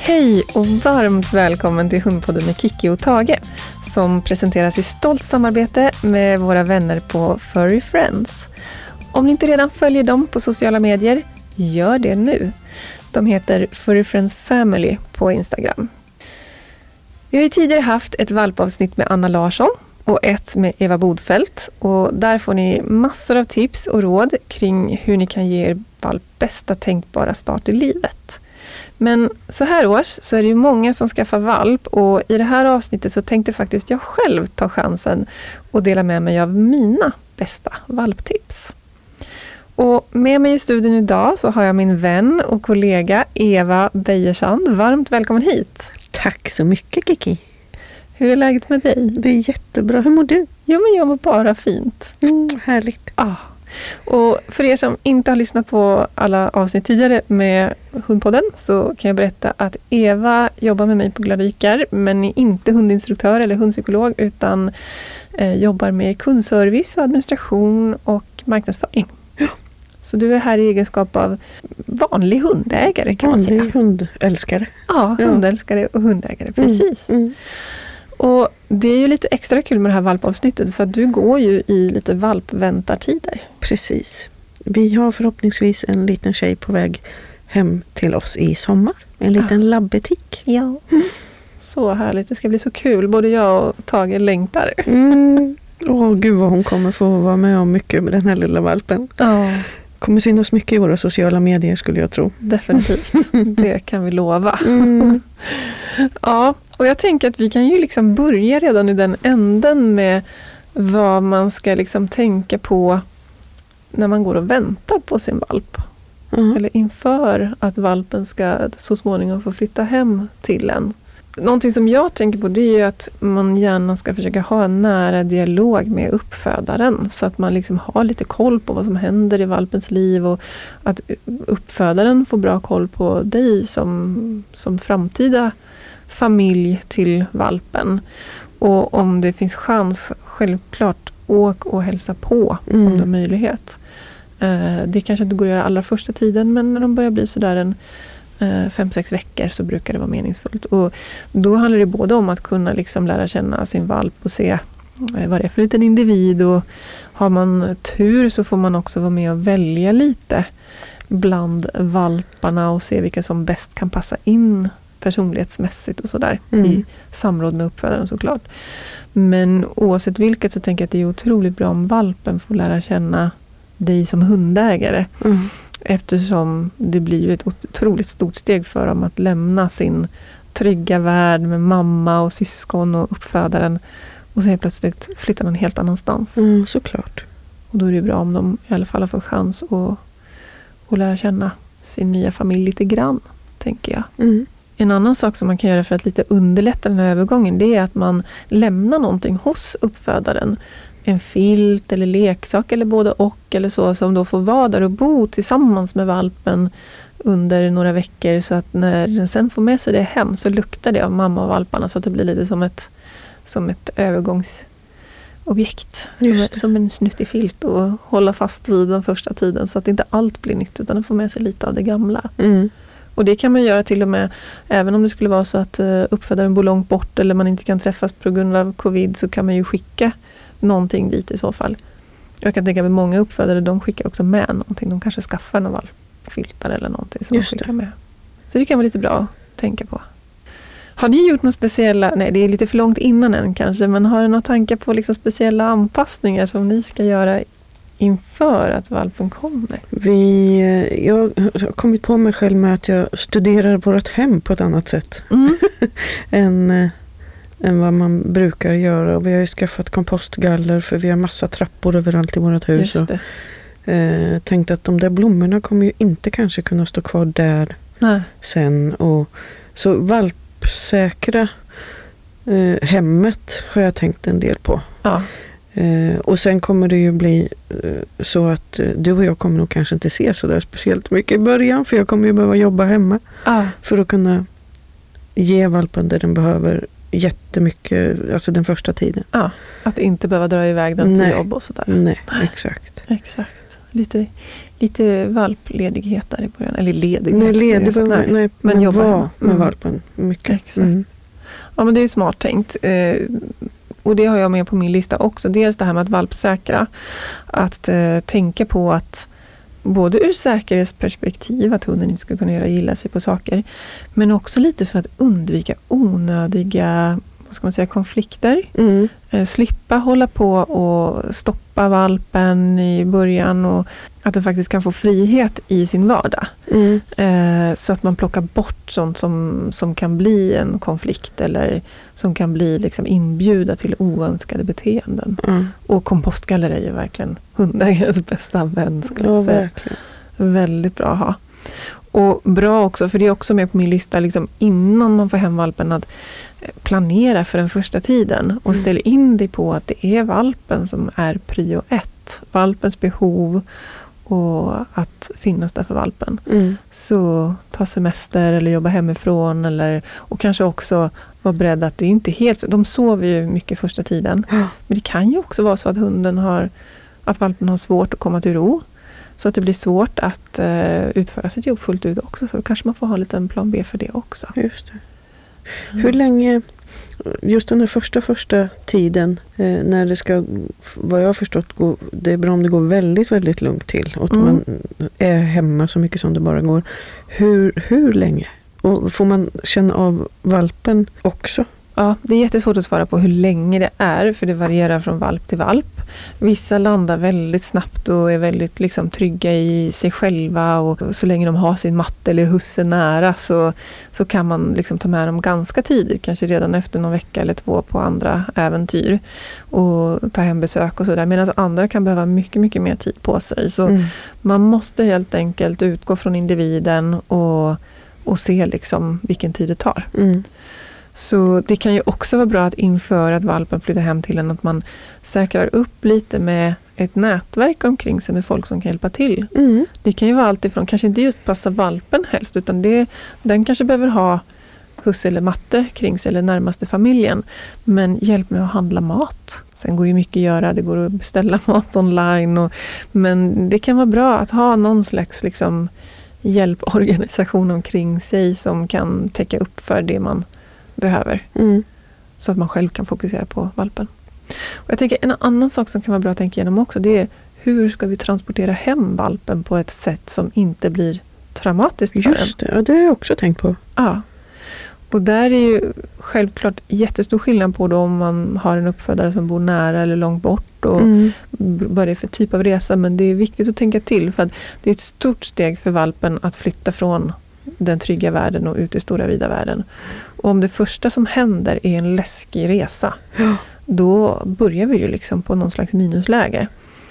Hej och varmt välkommen till Hundpodden med Kiki och Tage som presenteras i stolt samarbete med våra vänner på Furry Friends. Om ni inte redan följer dem på sociala medier, gör det nu. De heter Furry Friends Family på Instagram. Vi har ju tidigare haft ett valpavsnitt med Anna Larsson och ett med Eva Bodfeldt. Och där får ni massor av tips och råd kring hur ni kan ge er valp bästa tänkbara start i livet. Men så här års så är det ju många som skaffar valp och i det här avsnittet så tänkte faktiskt jag själv ta chansen och dela med mig av mina bästa valptips. Och med mig i studion idag så har jag min vän och kollega Eva Bejersand. Varmt välkommen hit! Tack så mycket, Kiki. Hur är läget med dig? Det är jättebra. Hur mår du? Jo, men jag mår bara fint. Härligt. Ah. Och för er som inte har lyssnat på alla avsnitt tidigare med Hundpodden så kan jag berätta att Eva jobbar med mig på Gladvikar men är inte hundinstruktör eller hundpsykolog utan jobbar med kundservice och administration och marknadsföring. Ja. Så du är här i egenskap av vanlig hundägare kan man säga. Vanlig hundälskare. Ja, hundälskare och hundägare, precis. Och det är ju lite extra kul med det här valpavsnittet för att du går ju i lite valpväntartider. Precis. Vi har förhoppningsvis en liten tjej på väg hem till oss i sommar. En liten labbetik. Ja. Så härligt, det ska bli så kul. Både jag och Tage längtar. Gud vad hon kommer få vara med om mycket med den här lilla valpen. Ja. Kommer synas mycket i våra sociala medier skulle jag tro. Definitivt, det kan vi lova. Ja, och jag tänker att vi kan ju liksom börja redan i den änden med vad man ska liksom tänka på när man går och väntar på sin valp. Eller inför att valpen ska så småningom få flytta hem till en. Någonting som jag tänker på det är ju att man gärna ska försöka ha en nära dialog med uppfödaren så att man liksom har lite koll på vad som händer i valpens liv och att uppfödaren får bra koll på dig som framtida familj till valpen. Och om det finns chans, självklart åk och hälsa på om du har möjlighet. Det kanske inte går att göra allra första tiden men när de börjar bli sådär en 5-6 veckor så brukar det vara meningsfullt. Och då handlar det både om att kunna liksom lära känna sin valp och se vad det är för liten individ. Och har man tur så får man också vara med och välja lite bland valparna och se vilka som bäst kan passa in personlighetsmässigt och sådär. I samråd med uppfödaren såklart. Men oavsett vilket så tänker jag att det är otroligt bra om valpen får lära känna dig som hundägare. Eftersom det blir ju ett otroligt stort steg för dem att lämna sin trygga värld med mamma och syskon och uppfödaren och så plötsligt flyttar någon helt annanstans. Såklart. Och då är det bra om de i alla fall har fått chans att lära känna sin nya familj lite grann, tänker jag. En annan sak som man kan göra för att lite underlätta den här övergången det är att man lämnar någonting hos uppfödaren. En filt eller leksak eller både och eller så som då får vara där och bo tillsammans med valpen under några veckor så att när den sen får med sig det hem så luktar det av mamma och valparna så att det blir lite som ett övergångsobjekt. Som en snuttig filt och hålla fast vid den första tiden så att inte allt blir nytt utan den får med sig lite av det gamla. Och det kan man göra till och med även om det skulle vara så att uppfödaren bor långt bort eller man inte kan träffas på grund av covid så kan man ju skicka någonting dit i så fall. Jag kan tänka mig många uppfödare, de skickar också med någonting. De kanske skaffar någon valpfiltar eller någonting som de skickar med. Så det kan vara lite bra att tänka på. Har ni gjort några speciella, nej det är lite för långt innan än kanske, men har ni några tankar på liksom speciella anpassningar som ni ska göra inför att valpen kommer? Jag har kommit på mig själv med att jag studerar vårt hem på ett annat sätt än vad man brukar göra. Och vi har ju skaffat kompostgaller för vi har massa trappor överallt i vårt hus. Just det. Tänkt att de där blommorna kommer ju inte kanske kunna stå kvar där sen. Och, så valpsäkra hemmet har jag tänkt en del på. Ja. Och sen kommer det ju bli så att du och jag kommer nog kanske inte se så där speciellt mycket i början för jag kommer ju behöva jobba hemma för att kunna ge valpen det den behöver jättemycket, alltså den första tiden. Ja, att inte behöva dra iväg den till jobb och sådär. Nej, exakt. lite valpledighet där i början. Eller ledighet. Men jobba med valpen mycket. Exakt. Ja, men det är smart tänkt. Och det har jag med på min lista också. Dels det här med att valpsäkra. Att tänka på att både ur säkerhetsperspektiv att hunden inte ska kunna göra illa sig på saker. Men också lite för att undvika onödiga konflikter. Slippa hålla på och stoppa valpen i början och att den faktiskt kan få frihet i sin vardag. Så att man plockar bort sånt som kan bli en konflikt eller som kan bli liksom inbjuda till oönskade beteenden. Och kompostgaller är ju verkligen hundägarens bästa vän, skulle jag säga. Verkligen. Väldigt bra att ha. Och bra också, för det är också med på min lista liksom, innan man får hem valpen att planera för den första tiden och ställa in dig på att det är valpen som är prio 1. Valpens behov och att finnas där för valpen. Så ta semester eller jobba hemifrån och kanske också vara beredd att det inte är helt... De sover ju mycket första tiden. Men det kan ju också vara så att att valpen har svårt att komma till ro. Så att det blir svårt att utföra sitt jobb fullt ut också. Så då kanske man får ha en liten plan B för det också. Just det. Hur länge, just den här första tiden, när det ska, vad jag har förstått, det är bra om det går väldigt, väldigt lugnt till. Och att man är hemma så mycket som det bara går. Hur länge? Och får man känna av valpen också? Ja, det är jättesvårt att svara på hur länge det är, för det varierar från valp till valp. Vissa landar väldigt snabbt och är väldigt liksom trygga i sig själva, och så länge de har sin matte eller husse nära så kan man liksom ta med dem ganska tidigt, kanske redan efter någon vecka eller 2 på andra äventyr och ta hem besök och sådär, medan andra kan behöva mycket, mycket mer tid på sig. Så man måste helt enkelt utgå från individen och se liksom vilken tid det tar. Så det kan ju också vara bra att inför att valpen flyttar hem till en, att man säkrar upp lite med ett nätverk omkring sig med folk som kan hjälpa till. Det kan ju vara allt ifrån, kanske inte just passa valpen helst, utan den kanske behöver ha husse eller matte kring sig eller närmaste familjen. Men hjälp med att handla mat. Sen går ju mycket att göra, det går att beställa mat online. Men det kan vara bra att ha någon slags liksom hjälporganisation omkring sig som kan täcka upp för det man behöver. Så att man själv kan fokusera på valpen. Och jag tänker en annan sak som kan vara bra att tänka igenom också, det är hur ska vi transportera hem valpen på ett sätt som inte blir traumatiskt för en. Just det, ja, det har jag också tänkt på. Ja. Och där är ju självklart jättestor skillnad på då om man har en uppfödare som bor nära eller långt bort och vad det är för typ av resa, men det är viktigt att tänka till, för att det är ett stort steg för valpen att flytta från den trygga världen och ut i stora vida världen. Och om det första som händer är en läskig resa, då börjar vi ju liksom på någon slags minusläge.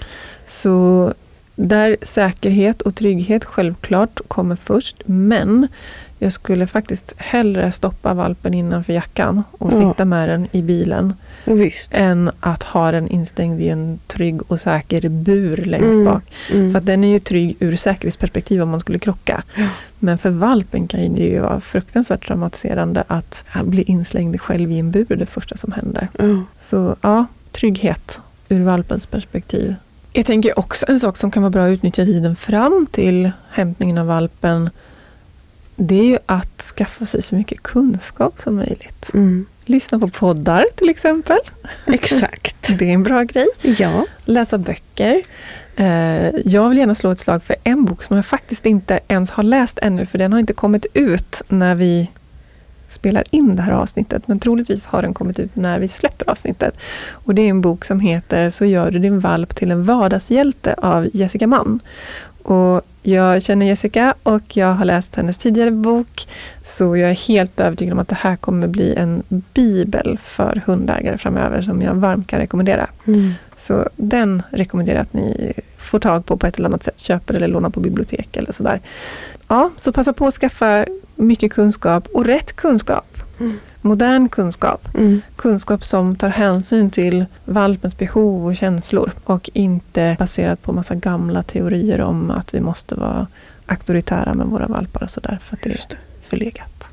Så där säkerhet och trygghet självklart kommer först, men jag skulle faktiskt hellre stoppa valpen innanför jackan och sitta med den i bilen än att ha den instängd i en trygg och säker bur längst bak. För att den är ju trygg ur säkerhetsperspektiv om man skulle krocka. Men för valpen kan det ju vara fruktansvärt traumatiserande att bli inslängd själv i en bur det första som händer. Så ja, trygghet ur valpens perspektiv. Jag tänker också en sak som kan vara bra att utnyttja tiden fram till hämtningen av valpen. Det är ju att skaffa sig så mycket kunskap som möjligt. Lyssna på poddar till exempel. Exakt. Det är en bra grej. Ja. Läsa böcker. Jag vill gärna slå ett slag för en bok som jag faktiskt inte ens har läst ännu, för den har inte kommit ut när vi spelar in det här avsnittet, men troligtvis har den kommit ut när vi släpper avsnittet. Och det är en bok som heter Så gör du din valp till en vardagshjälte av Jessica Mann. Och jag känner Jessica och jag har läst hennes tidigare bok, så jag är helt övertygad om att det här kommer bli en bibel för hundägare framöver som jag varmt kan rekommendera. Så den rekommenderar jag att ni får tag på ett eller annat sätt, köper eller lånar på bibliotek eller sådär. Ja, så passa på att skaffa mycket kunskap och rätt kunskap. Modern kunskap. Kunskap som tar hänsyn till valpens behov och känslor och inte baserat på massa gamla teorier om att vi måste vara auktoritära med våra valpar och sådär, för att det är förlegat.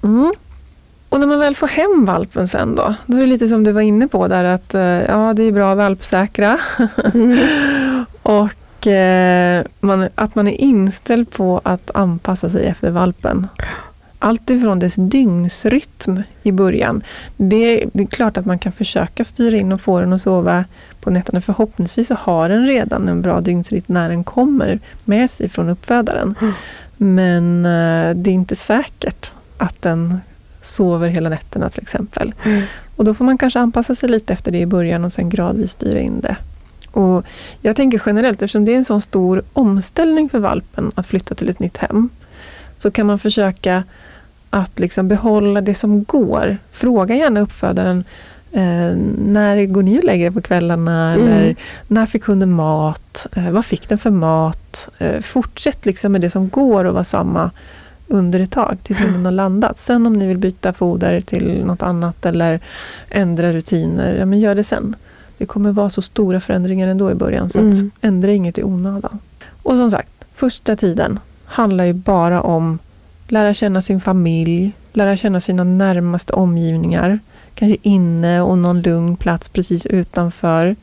Och när man väl får hem valpen sen då är det lite som du var inne på där, att ja, det är bra valpsäkra. Och att man är inställd på att anpassa sig efter valpen. Allt ifrån dess dygnsrytm i början. Det är klart att man kan försöka styra in och få den att sova på nätterna. Förhoppningsvis så har den redan en bra dygnsrytm när den kommer med sig från uppfödaren. Men det är inte säkert att den sover hela nätterna till exempel. Och då får man kanske anpassa sig lite efter det i början och sen gradvis styra in det. Och jag tänker generellt, eftersom det är en sån stor omställning för valpen att flytta till ett nytt hem, så kan man försöka att liksom behålla det som går. Fråga gärna uppfödaren när går ni och lägger er på kvällarna? Eller när fick hunden mat? Vad fick den för mat? Fortsätt liksom med det som går och vara samma under ett tag tills hunden har landat. Sen om ni vill byta foder till något annat eller ändra rutiner, ja men gör det sen. Det kommer vara så stora förändringar ändå i början så att ändra inget i onödan. Och som sagt, första tiden handlar ju bara om lära känna sin familj, lära känna sina närmaste omgivningar, kanske inne och någon lugn plats precis utanför.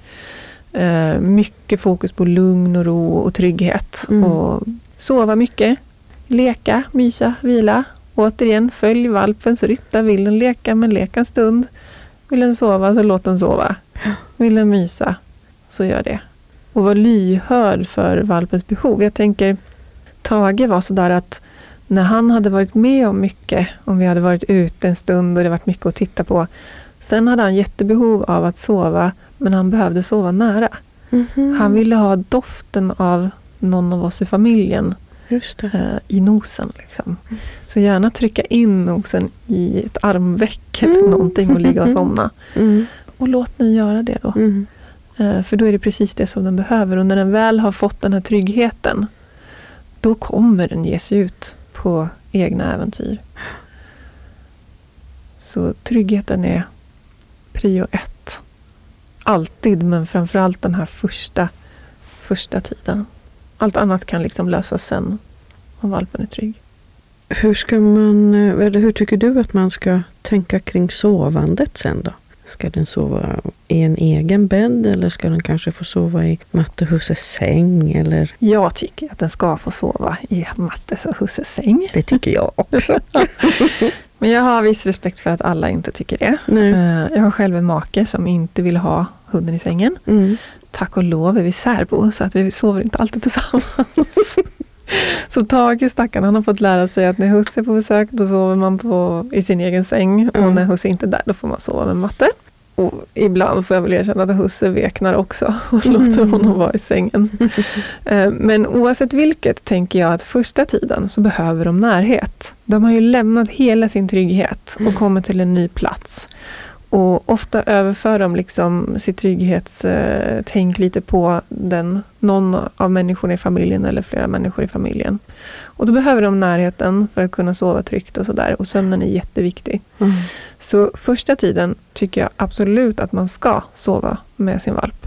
Mycket fokus på lugn och ro och trygghet. Och sova mycket, leka, mysa, vila. Återigen, följ valpens rytta. Vill den leka, men leka en stund. Vill den sova, så låt den sova. Vill den mysa, så gör det. Och var lyhörd för valpens behov. Jag tänker, Tage var så där att när han hade varit med om mycket, om vi hade varit ute en stund och det varit mycket att titta på, sen hade han jättebehov av att sova, men han behövde sova nära. Han ville ha doften av någon av oss i familjen. Just det. I nosen liksom. Så gärna trycka in nosen i ett armveck eller någonting och ligga och somna. Och låt den göra det då. För då är det precis det som den behöver. Och när den väl har fått den här tryggheten, då kommer den ge sig ut på egna äventyr. Så tryggheten är prio 1. Alltid, men framförallt den här första tiden. Allt annat kan liksom lösas sen om valpen är trygg. Hur tycker du att man ska tänka kring sovandet sen då? Ska den sova i en egen bädd eller ska den kanske få sova i Matte Husses säng? Eller? Jag tycker att den ska få sova i Mattes och Husses säng. Det tycker jag också. Men jag har viss respekt för att alla inte tycker det. Jag har själv en make som inte vill ha hunden i sängen. Tack och lov är vi särbo så att vi sover inte alltid tillsammans. Så Tage stackarn, han har fått lära sig att när Husse är på besök då sover man i sin egen säng och när Husse inte är där då får man sova med Matte. Och ibland får jag väl erkänna att Husse veknar också och låter honom vara i sängen. Men oavsett vilket tänker jag att första tiden så behöver de närhet. De har ju lämnat hela sin trygghet och kommit till en ny plats. Och ofta överför de liksom sitt trygghetstänk lite på någon av människorna i familjen eller flera människor i familjen. Och då behöver de närheten för att kunna sova tryggt och sådär. Och sömnen är jätteviktig. Så första tiden tycker jag absolut att man ska sova med sin valp.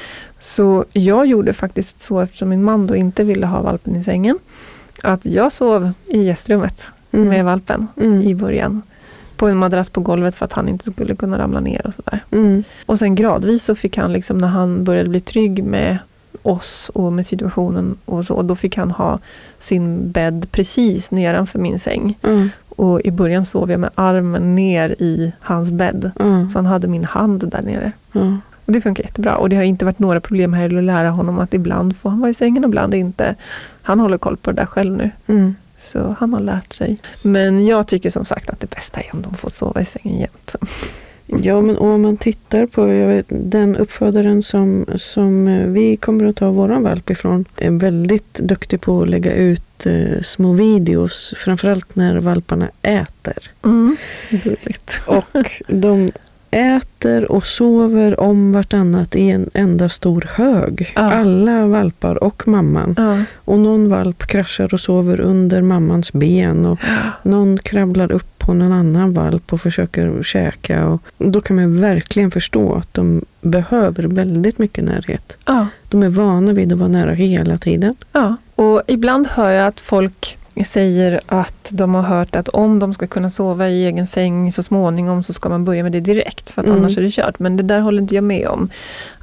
Så jag gjorde faktiskt så eftersom min man då inte ville ha valpen i sängen. Att jag sov i gästrummet med valpen i början. På en madrass på golvet för att han inte skulle kunna ramla ner och sådär. Och sen gradvis så fick han liksom när han började bli trygg med oss och med situationen och så, då fick han ha sin bädd precis nedanför min säng. Och i början sov jag med armen ner i hans bädd. Så han hade min hand där nere. Och det funkar jättebra. Och det har inte varit några problem här att lära honom att ibland får han vara i sängen och ibland inte. Han håller koll på det där själv nu. Så han har lärt sig. Men jag tycker som sagt att det bästa är om de får sova i sängen jämt. Ja, men om man tittar på den uppfödaren som vi kommer att ta våran valp ifrån är väldigt duktig på att lägga ut små videos, framförallt när valparna äter. Gulligt. Och de äter och sover om vartannat i en enda stor hög. Alla valpar och mamman. Och någon valp kraschar och sover under mammans ben och någon krabblar upp på någon annan valp och försöker käka. Och då kan man verkligen förstå att de behöver väldigt mycket närhet. De är vana vid att vara nära hela tiden. Och ibland hör jag att folk säger att de har hört att om de ska kunna sova i egen säng så småningom så ska man börja med det direkt för att annars är det kört. Men det där håller inte jag med om.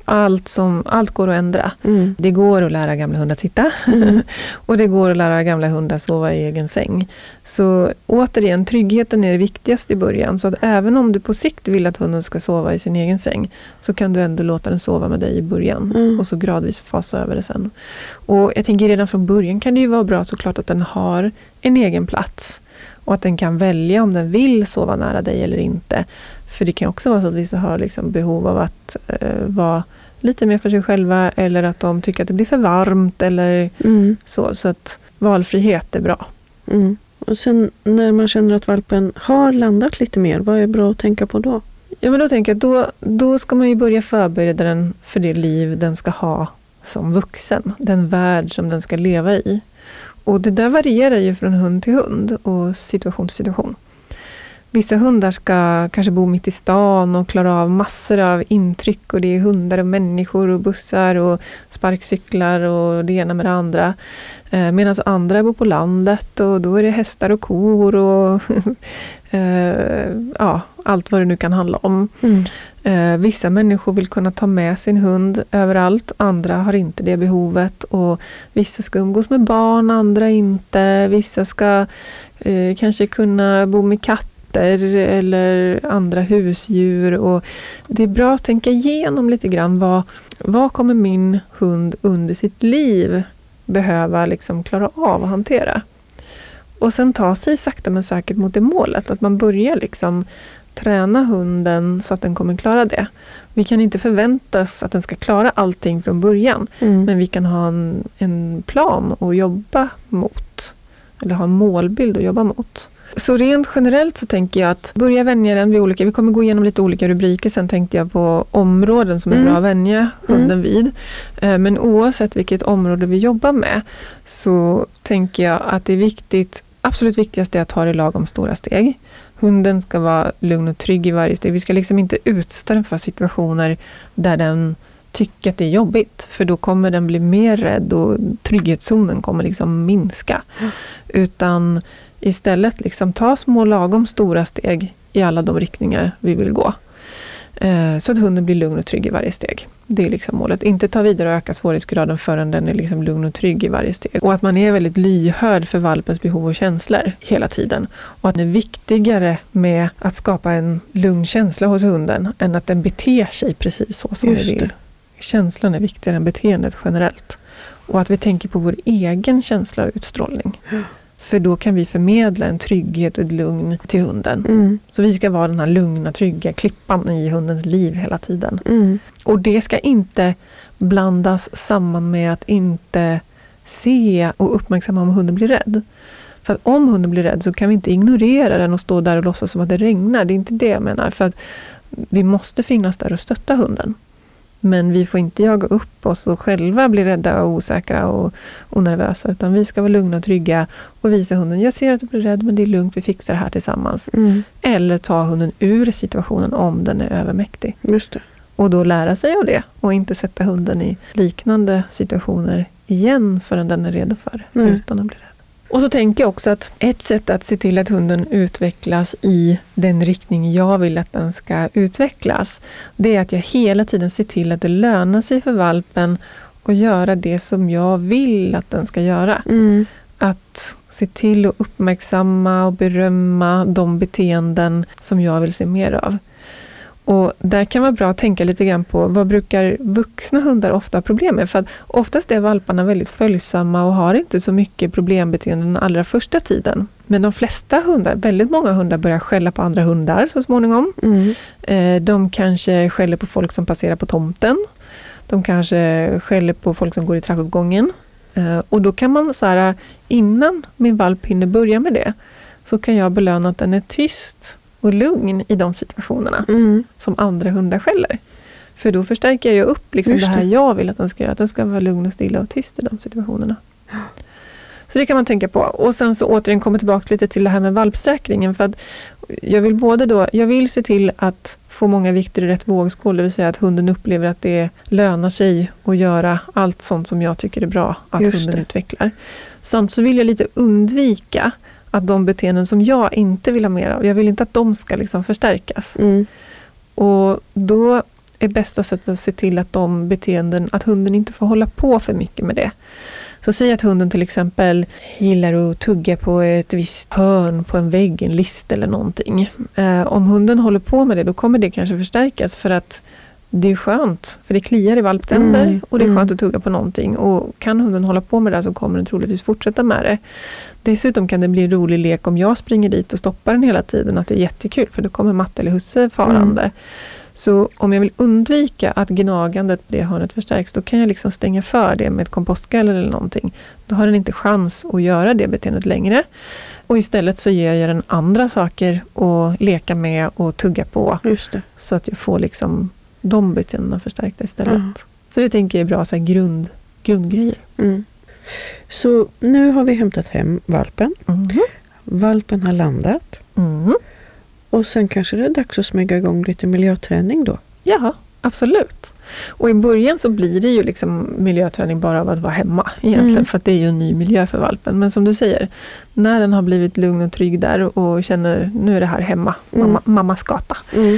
allt går att ändra. Det går att lära gamla hundar sitta. Och det går att lära gamla hundar sova i egen säng. Så återigen, tryggheten är det viktigaste i början. Så att även om du på sikt vill att hunden ska sova i sin egen säng, så kan du ändå låta den sova med dig i början. Och så gradvis fasa över det sen. Och jag tänker redan från början kan det ju vara bra såklart att den har en egen plats. Och att den kan välja om den vill sova nära dig eller inte. För det kan också vara så att vissa har liksom behov av att vara lite mer för sig själva. Eller att de tycker att det blir för varmt. Eller så att valfrihet är bra. Och sen när man känner att valpen har landat lite mer, vad är bra att tänka på då? Ja, men då tänker jag då ska man ju börja förbereda den för det liv den ska ha som vuxen. Den värld som den ska leva i. Och det där varierar ju från hund till hund och situation till situation. Vissa hundar ska kanske bo mitt i stan och klara av massor av intryck. Och det är hundar och människor och bussar och sparkcyklar och det ena med det andra. Medan andra bor på landet och då är det hästar och kor och allt vad det nu kan handla om. Vissa människor vill kunna ta med sin hund överallt. Andra har inte det behovet. Och vissa ska umgås med barn, andra inte. Vissa ska kanske kunna bo med katter eller andra husdjur. Och det är bra att tänka igenom lite grann vad kommer min hund under sitt liv behöva liksom klara av att hantera. Och sen ta sig sakta men säkert mot det målet. Att man börjar liksom träna hunden så att den kommer klara det. Vi kan inte förvänta oss att den ska klara allting från början. Men vi kan ha en plan att jobba mot. Eller ha en målbild att jobba mot. Så rent generellt så tänker jag att börja vänja den vid olika. Vi kommer gå igenom lite olika rubriker. Sen tänkte jag på områden som är bra att vänja hunden vid. Men oavsett vilket område vi jobbar med så tänker jag att det är viktigt. Absolut viktigast är att ta det lagom stora steg. Hunden ska vara lugn och trygg i varje steg. Vi ska liksom inte utsätta den för situationer där den tycker att det är jobbigt. För då kommer den bli mer rädd och trygghetszonen kommer liksom minska. Utan istället liksom ta små lagom stora steg i alla de riktningar vi vill gå. Så att hunden blir lugn och trygg i varje steg. Det är liksom målet. Inte ta vidare och öka svårighetsgraden förrän den är liksom lugn och trygg i varje steg. Och att man är väldigt lyhörd för valpens behov och känslor hela tiden. Och att det är viktigare med att skapa en lugn känsla hos hunden än att den beter sig precis så som vi vill. Känslan är viktigare än beteendet generellt. Och att vi tänker på vår egen känsla och utstrålning. För då kan vi förmedla en trygghet och ett lugn till hunden. Så vi ska vara den här lugna, trygga klippan i hundens liv hela tiden. Och det ska inte blandas samman med att inte se och uppmärksamma om hunden blir rädd. För att om hunden blir rädd så kan vi inte ignorera den och stå där och låtsas som att det regnar. Det är inte det jag menar. För att vi måste finnas där och stötta hunden. Men vi får inte jaga upp oss och själva bli rädda och osäkra och nervösa. Utan vi ska vara lugna och trygga och visa hunden, jag ser att du blir rädd men det är lugnt, vi fixar det här tillsammans. Eller ta hunden ur situationen om den är övermäktig. Just det. Och då lära sig av det och inte sätta hunden i liknande situationer igen förrän den är redo för det, utan att bli rädd. Och så tänker jag också att ett sätt att se till att hunden utvecklas i den riktning jag vill att den ska utvecklas, det är att jag hela tiden ser till att det lönar sig för valpen att göra det som jag vill att den ska göra. Att se till att uppmärksamma och berömma de beteenden som jag vill se mer av. Och där kan vara bra att tänka lite grann på vad brukar vuxna hundar ofta ha problem med. För att oftast är valparna väldigt följsamma och har inte så mycket problembeteenden den allra första tiden. Men de flesta hundar, väldigt många hundar börjar skälla på andra hundar så småningom. De kanske skäller på folk som passerar på tomten. De kanske skäller på folk som går i trappuppgången. Och då kan man så här, innan min valp hinner börja med det, så kan jag belöna att den är tyst och lugn i de situationerna som andra hundar skäller. För då förstärker jag upp liksom det här jag vill att den ska göra. Att den ska vara lugn och stilla och tyst i de situationerna. Så det kan man tänka på. Och sen så återigen kommer tillbaka lite till det här med valpsäkringen. För att jag vill se till att få många vikter i rätt vågskål. Det vill säga att hunden upplever att det lönar sig att göra allt sånt som jag tycker är bra att hunden utvecklar. Samt så vill jag lite undvika att de beteenden som jag inte vill ha mer av, jag vill inte att de ska liksom förstärkas. Och då är bästa sättet att se till att de beteenden, att hunden inte får hålla på för mycket med det. Så säg att hunden till exempel gillar att tugga på ett visst hörn på en vägg, en list eller någonting. Om hunden håller på med det, då kommer det kanske förstärkas för att det är skönt, för det kliar i valptänder och det är skönt att tugga på någonting. Och kan hunden hålla på med det så kommer den troligtvis fortsätta med det. Dessutom kan det bli en rolig lek om jag springer dit och stoppar den hela tiden, att det är jättekul för då kommer Matte eller Husse farande. Så om jag vill undvika att gnagandet på det hörnet förstärks, då kan jag liksom stänga för det med ett kompostgaller eller någonting. Då har den inte chans att göra det beteendet längre. Och istället så ger jag den andra saker att leka med och tugga på. Just det. Så att jag får liksom de beteendena förstärkta istället. Så det tänker jag är bra så här grundgrejer. Så nu har vi hämtat hem valpen. Valpen har landat. Och sen kanske det är dags att smyga igång lite miljöträning då. Ja, absolut. Och i början så blir det ju liksom miljöträning bara av att vara hemma egentligen. För att det är ju en ny miljö för valpen. Men som du säger, när den har blivit lugn och trygg där och känner nu är det här hemma, mammas gata.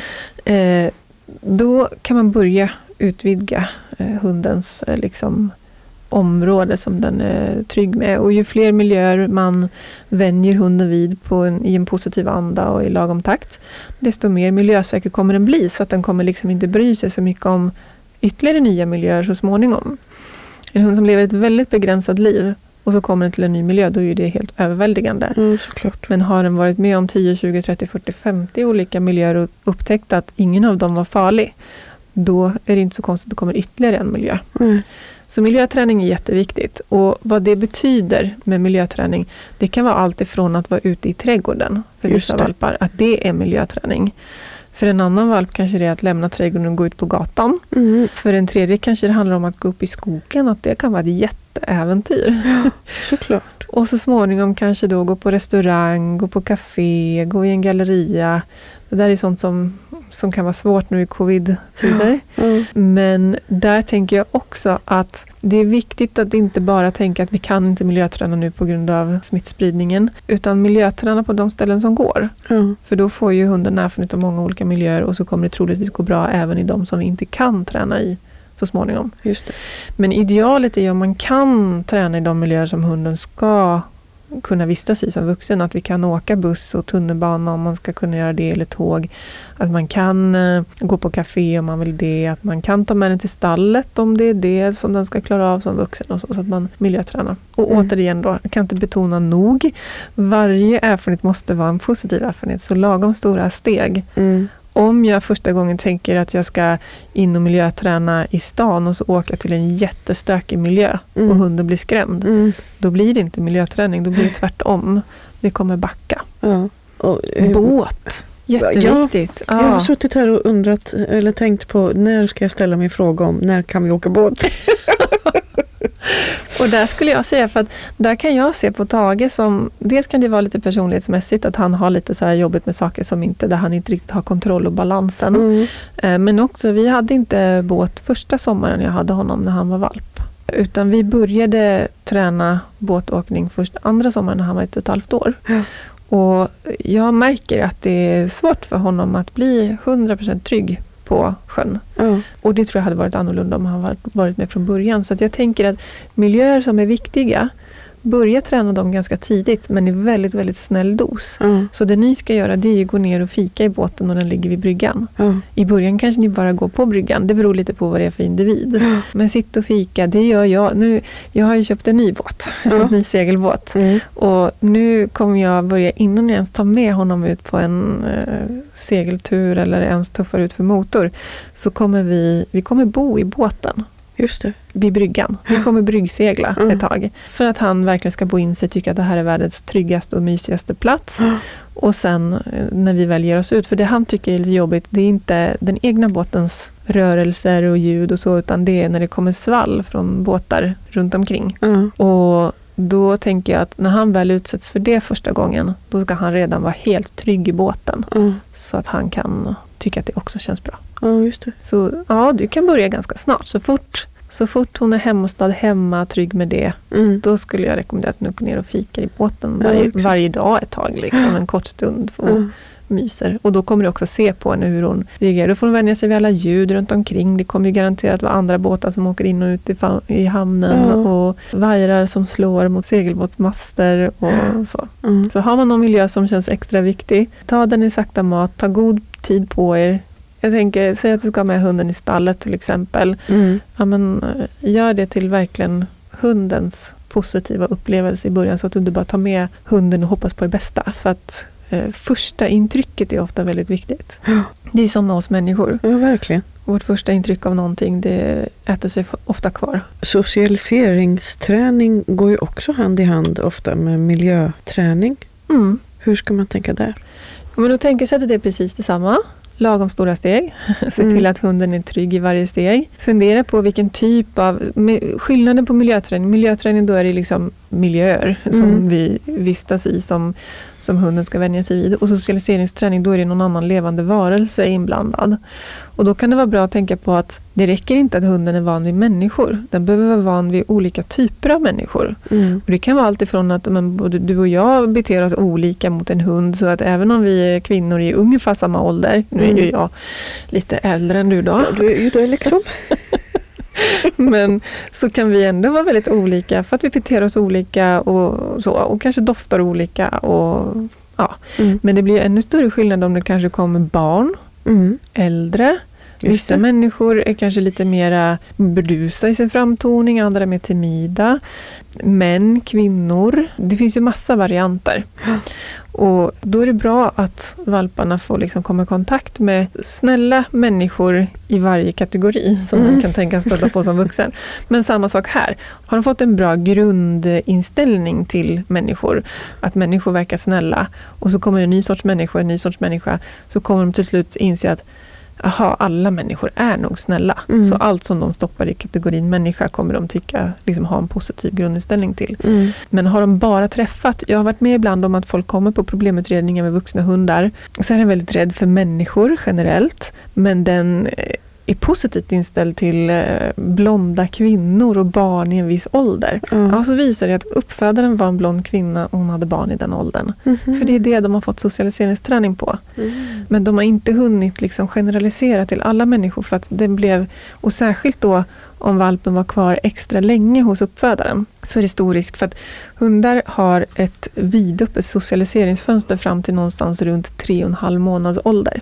Då kan man börja utvidga hundens liksom område som den är trygg med. Och ju fler miljöer man vänjer hunden vid i en positiv anda och i lagom takt, desto mer miljösäker kommer den bli, så att den kommer liksom inte bry sig så mycket om ytterligare nya miljöer så småningom. En hund som lever ett väldigt begränsat liv och så kommer den till en ny miljö, då är det helt överväldigande. Såklart. Men har den varit med om 10, 20, 30, 40, 50 olika miljöer och upptäckt att ingen av dem var farlig, då är det inte så konstigt att det kommer ytterligare en miljö. Så miljöträning är jätteviktigt. Och vad det betyder med miljöträning, det kan vara allt ifrån att vara ute i trädgården för vissa valpar, att det är miljöträning. För en annan valp kanske det är att lämna trädgården och gå ut på gatan. För en tredje kanske det handlar om att gå upp i skogen, att det kan vara ett jätteäventyr. Ja, såklart. Och så småningom kanske då gå på restaurang, gå på café, gå i en galleria. Det där är sånt som kan vara svårt nu i covid-tider. Men där tänker jag också att det är viktigt att inte bara tänka att vi kan inte miljöträna nu på grund av smittspridningen, utan miljöträna på de ställen som går. För då får ju hunden erfarenhet av många olika miljöer och så kommer det troligtvis gå bra även i de som vi inte kan träna i så småningom. Just det. Men idealet är ju om man kan träna i de miljöer som hunden ska kunna vistas i som vuxen, att vi kan åka buss och tunnelbana om man ska kunna göra det, eller tåg, att man kan gå på café om man vill det, att man kan ta med den till stallet om det är det som den ska klara av som vuxen och så att man miljötränar. Och återigen då, jag kan inte betona nog, varje erfarenhet måste vara en positiv erfarenhet, så lagom stora steg. Om jag första gången tänker att jag ska in och miljöträna i stan och så åka till en jättestökig miljö och hunden blir skrämd, då blir det inte miljöträning, då blir det tvärtom. Det kommer backa. Båt, jätteviktigt. Jag har suttit här och undrat, eller tänkt på, när ska jag ställa min fråga om när kan vi åka båt? Och där skulle jag säga, för att där kan jag se på Tage som, dels kan det vara lite personlighetsmässigt att han har lite så här jobbigt med saker som inte, där han inte riktigt har kontroll och balansen. Men också, vi hade inte båt första sommaren jag hade honom när han var valp. Utan vi började träna båtåkning först andra sommaren när han var 1,5 år. Och jag märker att det är svårt för honom att bli 100% trygg på sjön. Och det tror jag hade varit annorlunda om han varit med från början. Så att jag tänker att miljöer som är viktiga, börja träna dem ganska tidigt, men i väldigt, väldigt snäll dos. Så det ni ska göra, det är att gå ner och fika i båten och den ligger vid bryggan. I början kanske ni bara går på bryggan. Det beror lite på vad det är för individ. Men sitt och fika, det gör jag. Nu, jag har ju köpt en ny båt. En ny segelbåt. Och nu kommer jag börja, innan jag ens tar med honom ut på en segeltur eller ens tuffar ut för motor, så kommer vi kommer bo i båten. Just det. Vid bryggan. Vi kommer bryggsegla ett tag. För att han verkligen ska bo in sig, tycka att det här är världens tryggaste och mysigaste plats. Och sen när vi väljer oss ut, för det han tycker är lite jobbigt, det är inte den egna båtens rörelser och ljud och så, utan det är när det kommer svall från båtar runt omkring. Och då tänker jag att när han väl utsätts för det första gången, då ska han redan vara helt trygg i båten. Så att han kan tycka att det också känns bra. Ja, just det. Så ja, du kan börja ganska snart. Så fort hon är hemma, trygg med det, då skulle jag rekommendera att nu gå ner och fika i båten varje dag ett tag. Liksom, en kort stund. myser. Och då kommer du också se på henne hur hon reagerar. Då får hon vänja sig vid alla ljud runt omkring. Det kommer ju garanterat vara andra båtar som åker in och ut i hamnen och vajrar som slår mot segelbåtsmaster och så. Så har man någon miljö som känns extra viktig, ta den i sakta mat, ta god tid på er. Jag tänker, säg att du ska ha med hunden i stallet till exempel. Ja, men, gör det till verkligen hundens positiva upplevelse i början, så att du inte bara tar med hunden och hoppas på det bästa. För att första intrycket är ofta väldigt viktigt. Det är ju som med oss människor. Ja, verkligen. Vårt första intryck av någonting, det äter sig ofta kvar. Socialiseringsträning går ju också hand i hand ofta med miljöträning. Hur ska man tänka där? Men då tänker jag att det är precis detsamma. Lagom stora steg. Se till att hunden är trygg i varje steg. Fundera på vilken typ av... Skillnaden på miljöträning. Miljöträning, då är det liksom miljöer som vi vistas i som hunden ska vänja sig vid. Och socialiseringsträning, då är det någon annan levande varelse inblandad. Och då kan det vara bra att tänka på att det räcker inte att hunden är van vid människor. Den behöver vara van vid olika typer av människor. Och det kan vara allt ifrån att både du och jag beter oss olika mot en hund. Så att även om vi är kvinnor i ungefär samma ålder, nu är ju jag lite äldre än du då. Ja, du är ju det liksom. Men så kan vi ändå vara väldigt olika för att vi beter oss olika och så, och kanske doftar olika och ja. Men det blir ännu större skillnad om det kanske kommer barn, äldre. Vissa människor är kanske lite mera burdusa i sin framtoning, andra är mer timida. Män, kvinnor. Det finns ju massa varianter. Och då är det bra att valparna får liksom komma i kontakt med snälla människor i varje kategori som man kan tänka stötta på som vuxen. Men samma sak här. Har de fått en bra grundinställning till människor, att människor verkar snälla, och så kommer en ny sorts människa, så kommer de till slut inse att alla människor är nog snälla. Så allt som de stoppar i kategorin människa kommer de tycka, liksom, ha en positiv grundinställning till. Men har de bara träffat, jag har varit med ibland om att folk kommer på problemutredningar med vuxna hundar, och så är den väldigt rädd för människor generellt, men den är positivt inställd till blonda kvinnor och barn i en viss ålder. Och så visar det att uppfödaren var en blond kvinna och hon hade barn i den åldern. För det är det de har fått socialiseringsträning på. Men de har inte hunnit liksom generalisera till alla människor, för att den blev, och särskilt då om valpen var kvar extra länge hos uppfödaren, så är det stor risk, för att hundar har ett vidöppet socialiseringsfönster fram till någonstans runt 3,5 månaders ålder.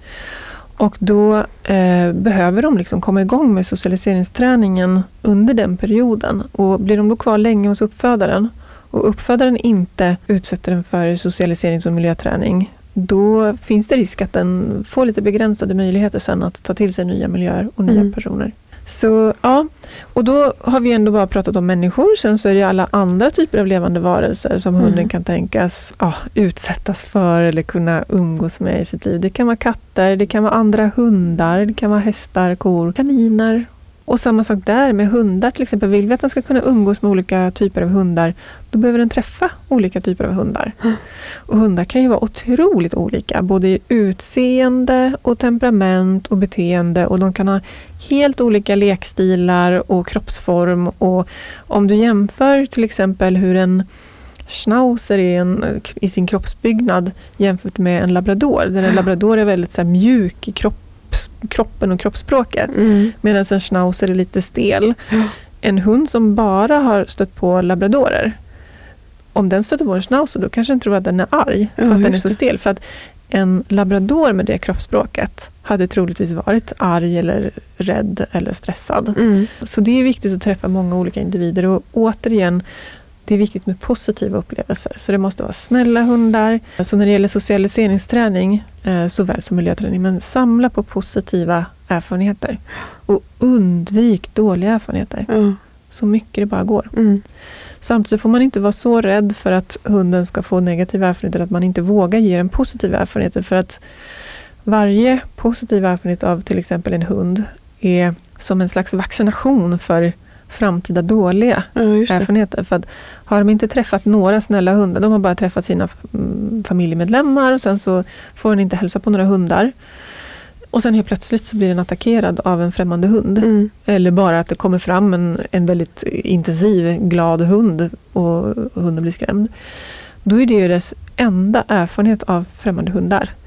Och då behöver de liksom komma igång med socialiseringsträningen under den perioden. Och blir de då kvar länge hos uppfödaren, och uppfödaren inte utsätter den för socialiserings- och miljöträning, då finns det risk att den får lite begränsade möjligheter sen att ta till sig nya miljöer och nya personer. Så ja, och då har vi ändå bara pratat om människor. Sen så är det alla andra typer av levande varelser som hunden kan tänkas utsättas för eller kunna umgås med i sitt liv. Det kan vara katter, det kan vara andra hundar, det kan vara hästar, kor, kaniner. Och samma sak där med hundar till exempel. Vill vi att den ska kunna umgås med olika typer av hundar, då behöver den träffa olika typer av hundar. Och hundar kan ju vara otroligt olika, både i utseende och temperament och beteende, och de kan ha helt olika lekstilar och kroppsform. Och om du jämför till exempel hur en schnauzer är i sin kroppsbyggnad jämfört med en labrador, där en labrador är väldigt så här mjuk i kroppen och kroppsspråket, medan en schnauzer är lite stel. En hund som bara har stött på labradorer, om den stöter på en schnauzer, då kanske den tror att den är arg för att den är så stel. För att en labrador med det kroppsspråket hade troligtvis varit arg eller rädd eller stressad. Så det är viktigt att träffa många olika individer, och återigen, det är viktigt med positiva upplevelser. Så det måste vara snälla hundar. Så när det gäller socialiseringsträning, såväl som miljöträning, men samla på positiva erfarenheter. Och undvik dåliga erfarenheter. Så mycket det bara går. Samtidigt får man inte vara så rädd för att hunden ska få negativa erfarenheter att man inte vågar ge en positiv erfarenhet. För att varje positiv erfarenhet av till exempel en hund är som en slags vaccination för framtida dåliga erfarenheter. För att har de inte träffat några snälla hundar, de har bara träffat sina familjemedlemmar, och sen så får den inte hälsa på några hundar. Och sen helt plötsligt så blir den attackerad av en främmande hund. Eller bara att det kommer fram en väldigt intensiv, glad hund och hunden blir skrämd. Då är det ju dess enda erfarenhet av främmande hundar.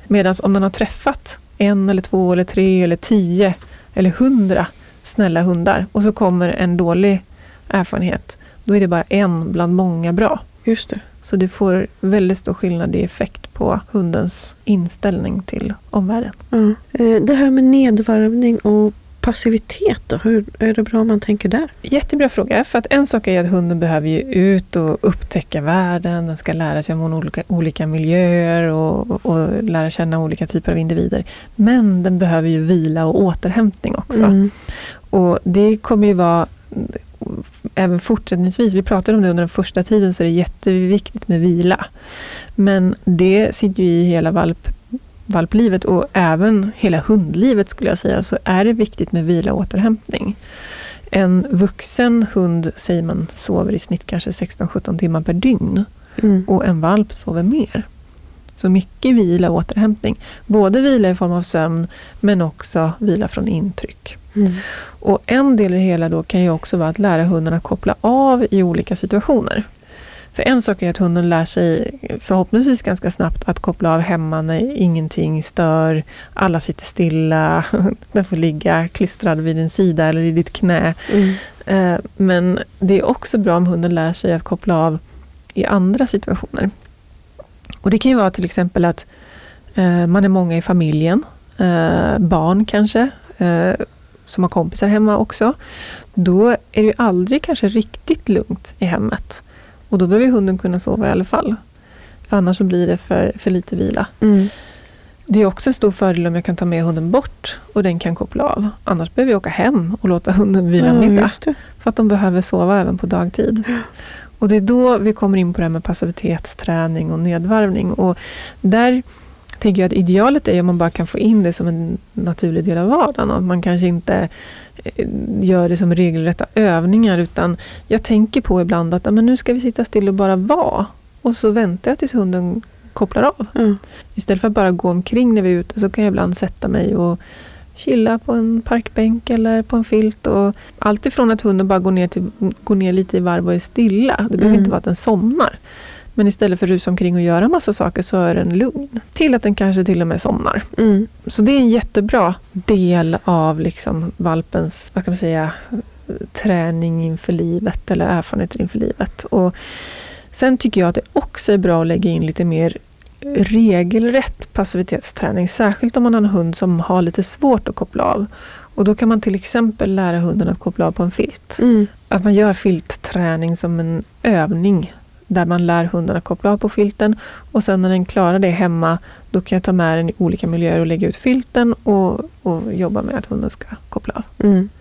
Medan om den har träffat 1 eller 2 eller 3 eller 10 eller 100 snälla hundar och så kommer en dålig erfarenhet, då är det bara en bland många bra. Just det. Så det får väldigt stor skillnad i effekt på hundens inställning till omvärlden. Ja. Det här med nedvarvning och passivitet då, hur är det bra om man tänker där? Jättebra fråga, för att en sak är att hunden behöver ju ut och upptäcka världen, den ska lära sig om olika miljöer och lära känna olika typer av individer. Men den behöver ju vila och återhämtning också. Och det kommer ju vara även fortsättningsvis, vi pratade om det under den första tiden, så är det jätteviktigt med vila. Men det sitter ju i hela valplivet och även hela hundlivet skulle jag säga, så är det viktigt med vila och återhämtning. En vuxen hund, säger man, sover i snitt kanske 16-17 timmar per dygn och en valp sover mer. Så mycket vila och återhämtning. Både vila i form av sömn men också vila från intryck. Och en del i det hela då kan ju också vara att lära hunden att koppla av i olika situationer. För en sak är att hunden lär sig förhoppningsvis ganska snabbt att koppla av hemma när ingenting stör, alla sitter stilla, den får ligga klistrad vid din sida eller i ditt knä. Men det är också bra om hunden lär sig att koppla av i andra situationer. Och det kan ju vara till exempel att man är många i familjen, barn kanske, som har kompisar hemma också. Då är det ju aldrig kanske riktigt lugnt i hemmet. Och då behöver hunden kunna sova i alla fall. För annars så blir det för lite vila. Det är också en stor fördel om jag kan ta med hunden bort och den kan koppla av. Annars behöver jag åka hem och låta hunden vila middag. För att de behöver sova även på dagtid. Och det är då vi kommer in på det här med passivitetsträning och nedvarvning. Och där tänker jag att idealet är om man bara kan få in det som en naturlig del av vardagen. Att man kanske inte gör det som regelrätta övningar, utan jag tänker på ibland att men nu ska vi sitta still och bara vara. Och så väntar jag tills hunden kopplar av. Istället för att bara gå omkring när vi är ute så kan jag ibland sätta mig och chilla på en parkbänk eller på en filt. Och allt ifrån att hunden bara går ner lite i varv och är stilla. Det behöver inte vara att den somnar. Men istället för att rusa omkring och göra massa saker så är den lugn. Till att den kanske till och med somnar. Så det är en jättebra del av liksom valpens, vad kan man säga, träning inför livet eller erfarenheter inför livet. Och sen tycker jag att det också är bra att lägga in lite mer regelrätt passivitetsträning. Särskilt om man har en hund som har lite svårt att koppla av. Och då kan man till exempel lära hunden att koppla av på en filt. Att man gör filtträning som en övning. Där man lär hunden att koppla av på filten. Och sen när den klarar det hemma, då kan jag ta med den i olika miljöer och lägga ut filten och jobba med att hunden ska koppla av.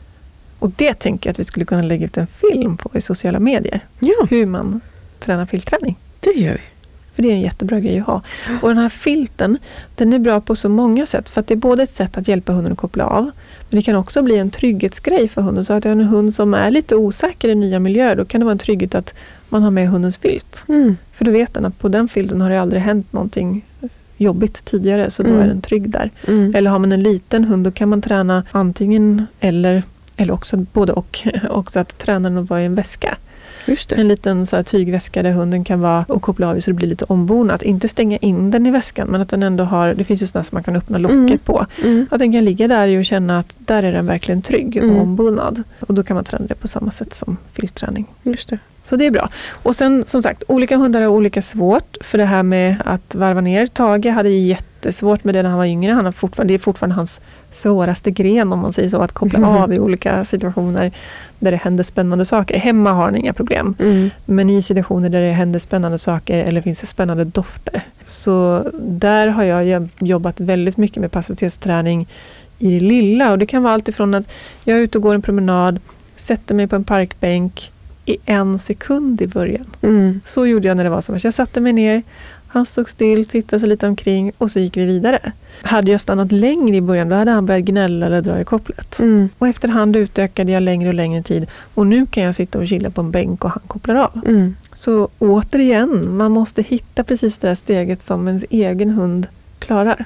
Och det tänker jag att vi skulle kunna lägga ut en film på i sociala medier. Ja. Hur man tränar filtträning. Det gör vi. För det är en jättebra grej att ha. Och den här filten, den är bra på så många sätt. För att det är både ett sätt att hjälpa hunden att koppla av. Men det kan också bli en trygghetsgrej för hunden. Så att jag har en hund som är lite osäker i nya miljöer, då kan det vara en trygghet att man har med hundens filt. För då vet den att på den filten har det aldrig hänt någonting jobbigt tidigare. Så då är den trygg där. Eller har man en liten hund, då kan man träna antingen eller också både och. Också att träna den att vara i en väska. Just det. En liten så här tygväska där hunden kan vara och koppla av så det blir lite ombonat. Inte stänga in den i väskan, men att den ändå har, det finns ju sådana som man kan öppna locket på. Att den kan ligga där och känna att där är den verkligen trygg och ombonad. Och då kan man träna det på samma sätt som filtträning. Just det. Så det är bra. Och sen som sagt, olika hundar har olika svårt för det här med att varva ner. Tage hade jättesvårt med det när han var yngre. Det är fortfarande hans svåraste gren, om man säger så, att koppla av i olika situationer där det händer spännande saker. Hemma har han inga problem. Men i situationer där det händer spännande saker eller finns det spännande dofter. Så där har jag jobbat väldigt mycket med passivitetsträning i det lilla. Och det kan vara allt ifrån att jag är ute och går en promenad, sätter mig på en parkbänk i 1 sekund i början. Så gjorde jag när det var som att jag satte mig ner, han stod still, tittade sig lite omkring och så gick vi vidare. Hade jag stannat längre i början, då hade han börjat gnälla eller dra i kopplet. Och efterhand utökade jag längre och längre tid. Och nu kan jag sitta och chilla på en bänk och han kopplar av. Så återigen, man måste hitta precis det där steget som ens egen hund klarar.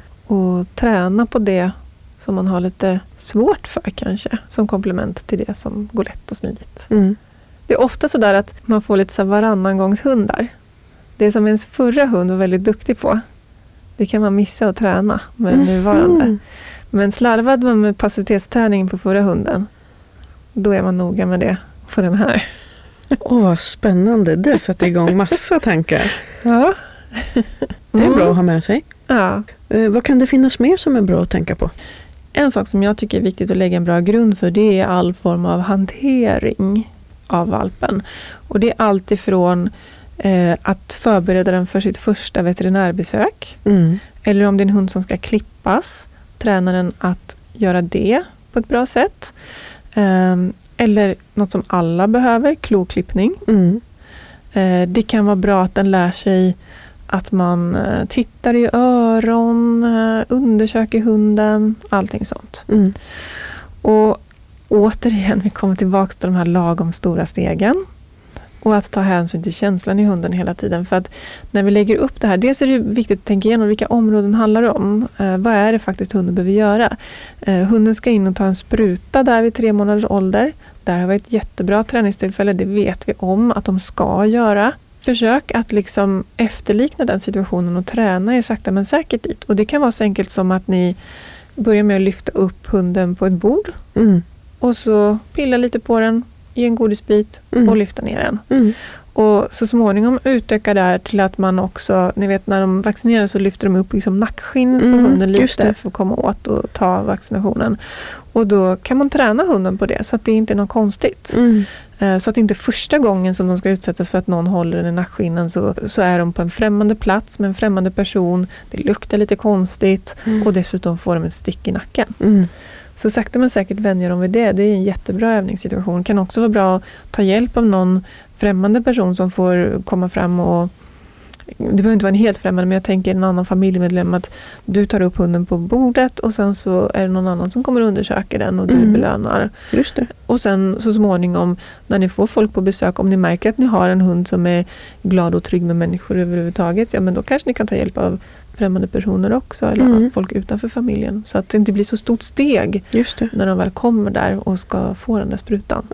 Och träna på det som man har lite svårt för kanske. Som komplement till det som går lätt och smidigt. Det är ofta så där att man får lite så varannangångshundar. Det som ens förra hund var väldigt duktig på, Det kan man missa att träna med den nuvarande. Men slarvade man med passivitetsträning på förra hunden, då är man noga med det för den här. Vad spännande. Det sätter igång massa tankar. Ja. Det är bra att ha med sig. Ja. Vad kan det finnas mer som är bra att tänka på? En sak som jag tycker är viktigt att lägga en bra grund för, det är all form av hantering av valpen. Och det är allt ifrån att förbereda den för sitt första veterinärbesök. Eller om det är en hund som ska klippas, träna den att göra det på ett bra sätt. Eller något som alla behöver, kloklippning. Det kan vara bra att den lär sig att man tittar i öron, undersöker hunden, allting sånt. Och återigen, vi kommer tillbaka till de här lagom stora stegen. Och att ta hänsyn till känslan i hunden hela tiden. För att när vi lägger upp det här, dels är det viktigt att tänka igenom vilka områden handlar det om. Vad är det faktiskt hunden behöver göra? Hunden ska in och ta en spruta där vid 3 månaders ålder. Där har vi ett jättebra träningstillfälle, det vet vi om att de ska göra. Försök att liksom efterlikna den situationen och träna er sakta men säkert dit. Och det kan vara så enkelt som att ni börjar med att lyfta upp hunden på ett bord. Och så pilla lite på den, ge en godisbit och lyfta ner den. Och så småningom utöka där till att man också, ni vet när de vaccinerar så lyfter de upp liksom nackskinn på hunden lite för att komma åt och ta vaccinationen. Och då kan man träna hunden på det så att det inte är något konstigt. Så att inte första gången som de ska utsättas för att någon håller den i nackskinnen så är de på en främmande plats med en främmande person. Det luktar lite konstigt och dessutom får de ett stick i nacken. Så sakta men säkert vänjer de vid det. Det är en jättebra övningssituation. Det kan också vara bra att ta hjälp av någon främmande person som får komma fram och det behöver inte vara en helt främmande, men jag tänker en annan familjemedlem att du tar upp hunden på bordet och sen så är det någon annan som kommer och undersöker den och du belönar. Just det. Och sen så småningom när ni får folk på besök, om ni märker att ni har en hund som är glad och trygg med människor överhuvudtaget, ja men då kanske ni kan ta hjälp av främmande personer också eller folk utanför familjen. Så att det inte blir så stort steg när de väl kommer där och ska få den där sprutan.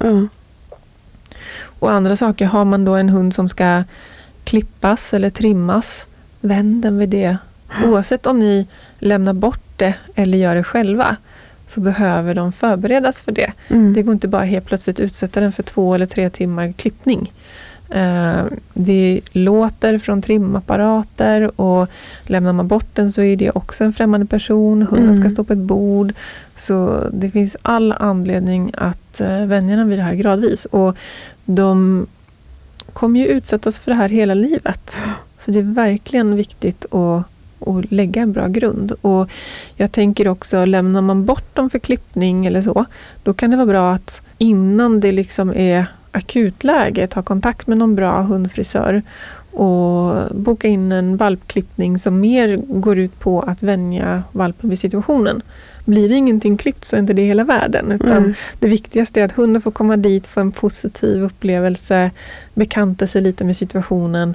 Och andra saker, har man då en hund som ska klippas eller trimmas, vänd den vid det. Oavsett om ni lämnar bort det eller gör det själva så behöver de förberedas för det. Det går inte bara helt plötsligt utsätta den för 2 eller 3 timmar klippning. Det låter från trimapparater och lämnar man bort den så är det också en främmande person. Hunden ska stå på ett bord. Så det finns all anledning att vänja den vid det här gradvis. Och de kommer ju utsättas för det här hela livet. Så det är verkligen viktigt att lägga en bra grund. Och jag tänker också, lämnar man bort dem för klippning eller så, då kan det vara bra att innan det liksom är akutläge ta kontakt med någon bra hundfrisör och boka in en valpklippning som mer går ut på att vänja valpen vid situationen. Blir det ingenting klippt så är inte det hela världen, utan det viktigaste är att hunden får komma dit, få en positiv upplevelse, bekanta sig lite med situationen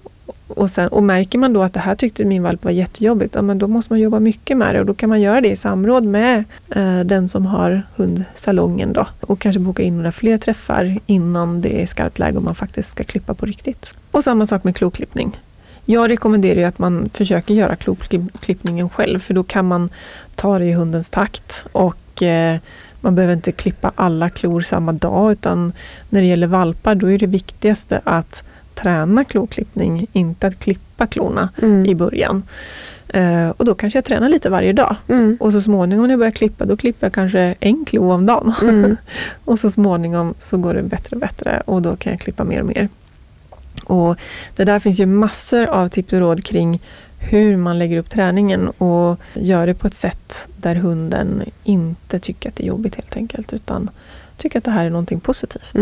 och märker man då att det här tyckte min valp var jättejobbigt, ja, men då måste man jobba mycket med det och då kan man göra det i samråd med den som har hundsalongen då och kanske boka in några fler träffar innan det är skarpt läge och man faktiskt ska klippa på riktigt. Och samma sak med kloklippning. Jag rekommenderar ju att man försöker göra kloklippningen själv, för då kan man ta det i hundens takt och man behöver inte klippa alla klor samma dag, utan när det gäller valpar då är det viktigaste att träna kloklippning, inte att klippa klorna i början. Och då kanske jag tränar lite varje dag. Och så småningom när jag börjar klippa, då klipper jag kanske 1 klo om dagen. Och så småningom så går det bättre och bättre och då kan jag klippa mer och mer. Och det där finns ju massor av tips och råd kring hur man lägger upp träningen och gör det på ett sätt där hunden inte tycker att det är jobbigt helt enkelt, utan tycker att det här är någonting positivt.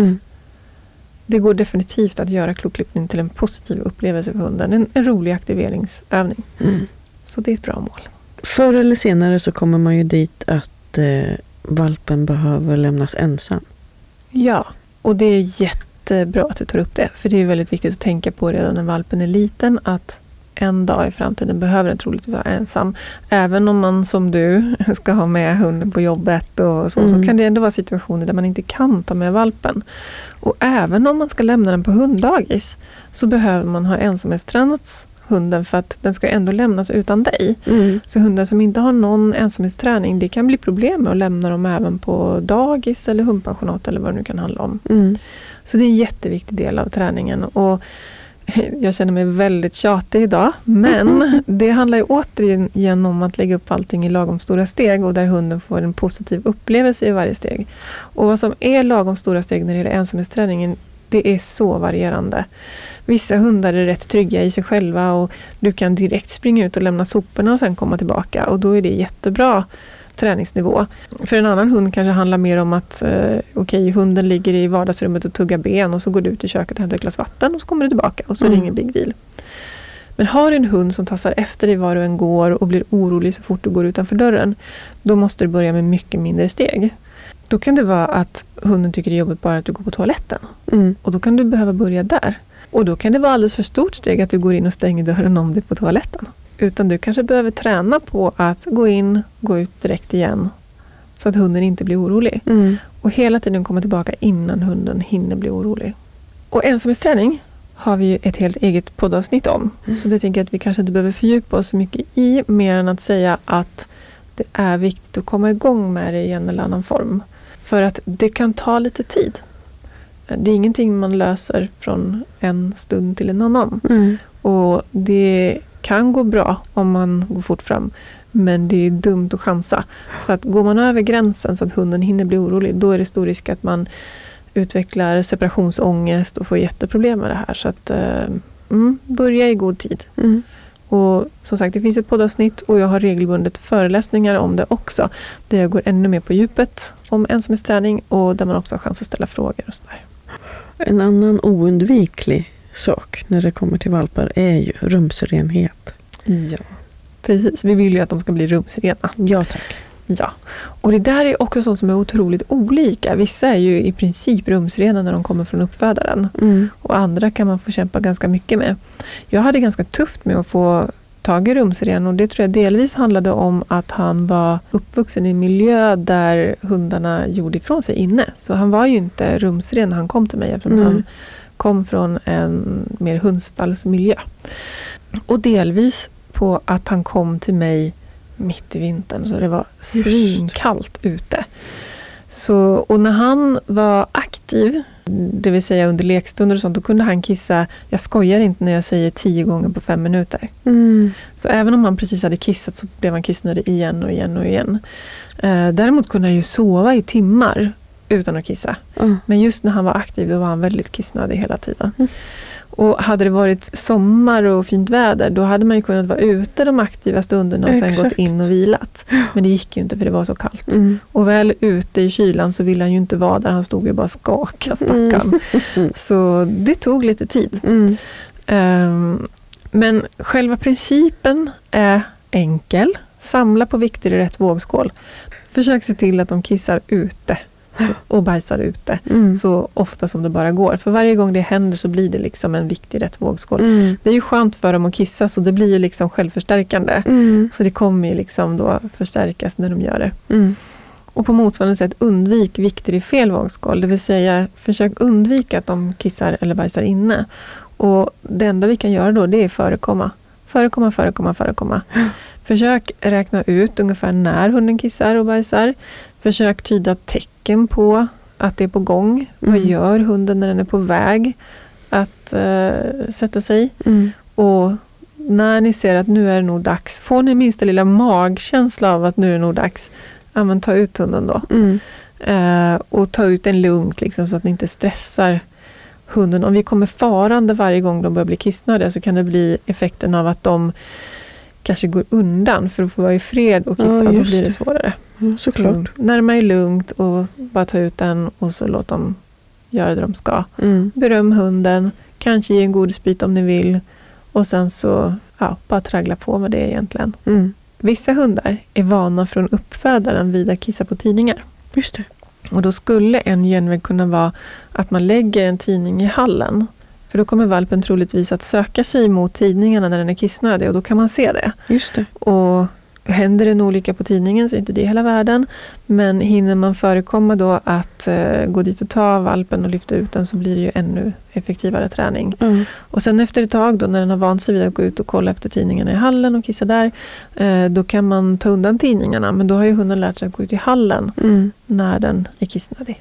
Det går definitivt att göra kloklippning till en positiv upplevelse för hunden. En rolig aktiveringsövning. Så det är ett bra mål. Förr eller senare så kommer man ju dit att valpen behöver lämnas ensam. Ja, och det är jättebra att du tar upp det. För det är väldigt viktigt att tänka på redan när valpen är liten att en dag i framtiden behöver den troligtvis vara ensam. Även om man som du ska ha med hunden på jobbet och så kan det ändå vara situationer där man inte kan ta med valpen. Och även om man ska lämna den på hunddagis så behöver man ha ensamhetstränats hunden för att den ska ändå lämnas utan dig. Så hundar som inte har någon ensamhetsträning, det kan bli problem med att lämna dem även på dagis eller hundpensionat eller vad det nu kan handla om. Så det är en jätteviktig del av träningen, och jag känner mig väldigt tjatig idag, men det handlar ju återigen om att lägga upp allting i lagom stora steg, och där hunden får en positiv upplevelse i varje steg. Och vad som är lagom stora steg när det gäller ensamhetsträningen, det är så varierande. Vissa hundar är rätt trygga i sig själva, och du kan direkt springa ut och lämna soporna och sen komma tillbaka, och då är det jättebra träningsnivå. För en annan hund kanske handlar mer om att hunden ligger i vardagsrummet och tuggar ben, och så går du ut i köket och hämtar ett glas vatten och så kommer du tillbaka, och så är det ingen big deal. Men har du en hund som tassar efter dig var du än går och blir orolig så fort du går utanför dörren, då måste du börja med mycket mindre steg. Då kan det vara att hunden tycker det är jobbigt bara att du går på toaletten. Och då kan du behöva börja där. Och då kan det vara alldeles för stort steg att du går in och stänger dörren om dig på toaletten. Utan du kanske behöver träna på att gå in, gå ut direkt igen. Så att hunden inte blir orolig. Och hela tiden komma tillbaka innan hunden hinner bli orolig. Och ensamhetsträning har vi ju ett helt eget poddavsnitt om. Så det tänker jag att vi kanske inte behöver fördjupa oss så mycket i, mer än att säga att det är viktigt att komma igång med det i en eller annan form. För att det kan ta lite tid. Det är ingenting man löser från en stund till en annan. Och det kan gå bra om man går fort fram. Men det är dumt att chansa. För att går man över gränsen så att hunden hinner bli orolig, då är det stor risk att man utvecklar separationsångest och får jätteproblem med det här. Så att börja i god tid. Och som sagt, det finns ett poddavsnitt, och jag har regelbundet föreläsningar om det också. Där jag går ännu mer på djupet om ensamhetsträning, och där man också har chans att ställa frågor och sådär. En annan oundviklig sak när det kommer till valpar är ju rumsrenhet. Ja, precis. Vi vill ju att de ska bli rumsrena. Ja, tack. Ja, och det där är också sånt som är otroligt olika. Vissa är ju i princip rumsrena när de kommer från uppfödaren. Och andra kan man få kämpa ganska mycket med. Jag hade ganska tufft med att få tag i rumsren, och det tror jag delvis handlade om att han var uppvuxen i en miljö där hundarna gjorde ifrån sig inne. Så han var ju inte rumsren när han kom till mig, eftersom han kom från en mer hundstallsmiljö. Och delvis på att han kom till mig mitt i vintern, så det var svinkallt ute. Och när han var aktiv, det vill säga under lekstunder och sånt, då kunde han kissa, jag skojar inte när jag säger 10 gånger på 5 minuter. Så även om han precis hade kissat så blev han kissnödig igen och igen och igen. Däremot kunde han ju sova i timmar utan att kissa. Men just när han var aktiv, då var han väldigt kissnödig hela tiden. Och hade det varit sommar och fint väder, då hade man ju kunnat vara ute de aktiva stunderna och sen gått in och vilat. Men det gick ju inte, för det var så kallt. Och väl ute i kylan så ville han ju inte vara där. Han stod ju bara skaka, stackarn. Så det tog lite tid. Men själva principen är enkel. Samla på vikter i rätt vågskål. Försök se till att de kissar ute. Och bajsar ute så ofta som det bara går. För varje gång det händer så blir det liksom en viktig rätt vågskål. Det är ju skönt för dem att kissa, så det blir ju liksom självförstärkande. Så det kommer ju liksom då förstärkas när de gör det. Och på motsvarande sätt undvik vikter i fel vågskål. Det vill säga försök undvika att de kissar eller bajsar inne. Och det enda vi kan göra då, det är förekomma. Förekomma. Försök räkna ut ungefär när hunden kissar och bajsar. Försök tyda tecken på att det är på gång. Vad gör hunden när den är på väg att sätta sig? Och när ni ser att nu är det nog dags, får ni minsta lilla magkänsla av att nu är det nog dags, ta ut hunden då. Och ta ut den lugnt liksom, så att ni inte stressar hunden. Om vi kommer farande varje gång de börjar bli kissnödiga, så kan det bli effekten av att de kanske går undan för att få vara i fred och kissa. Då blir det svårare. Såklart. Så närma er lugnt och bara ta ut den, och så låt dem göra det de ska. Beröm hunden, kanske ge en godisbit om ni vill, och sen så bara traggla på med det egentligen. Vissa hundar är vana från uppfödaren vid att kissa på tidningar. Just det. Och då skulle en genväg kunna vara att man lägger en tidning i hallen. För då kommer valpen troligtvis att söka sig mot tidningarna när den är kissnödig, och då kan man se det. Just det. Och Händer en olycka på tidningen så är inte det hela världen. Men hinner man förekomma då att gå dit och ta valpen och lyfta ut den, så blir det ju ännu effektivare träning. Och sen efter ett tag då, när den har vant sig vid att gå ut och kolla efter tidningarna i hallen och kissa där, då kan man ta undan tidningarna. Men då har ju hunden lärt sig att gå ut i hallen när den är kissnödig.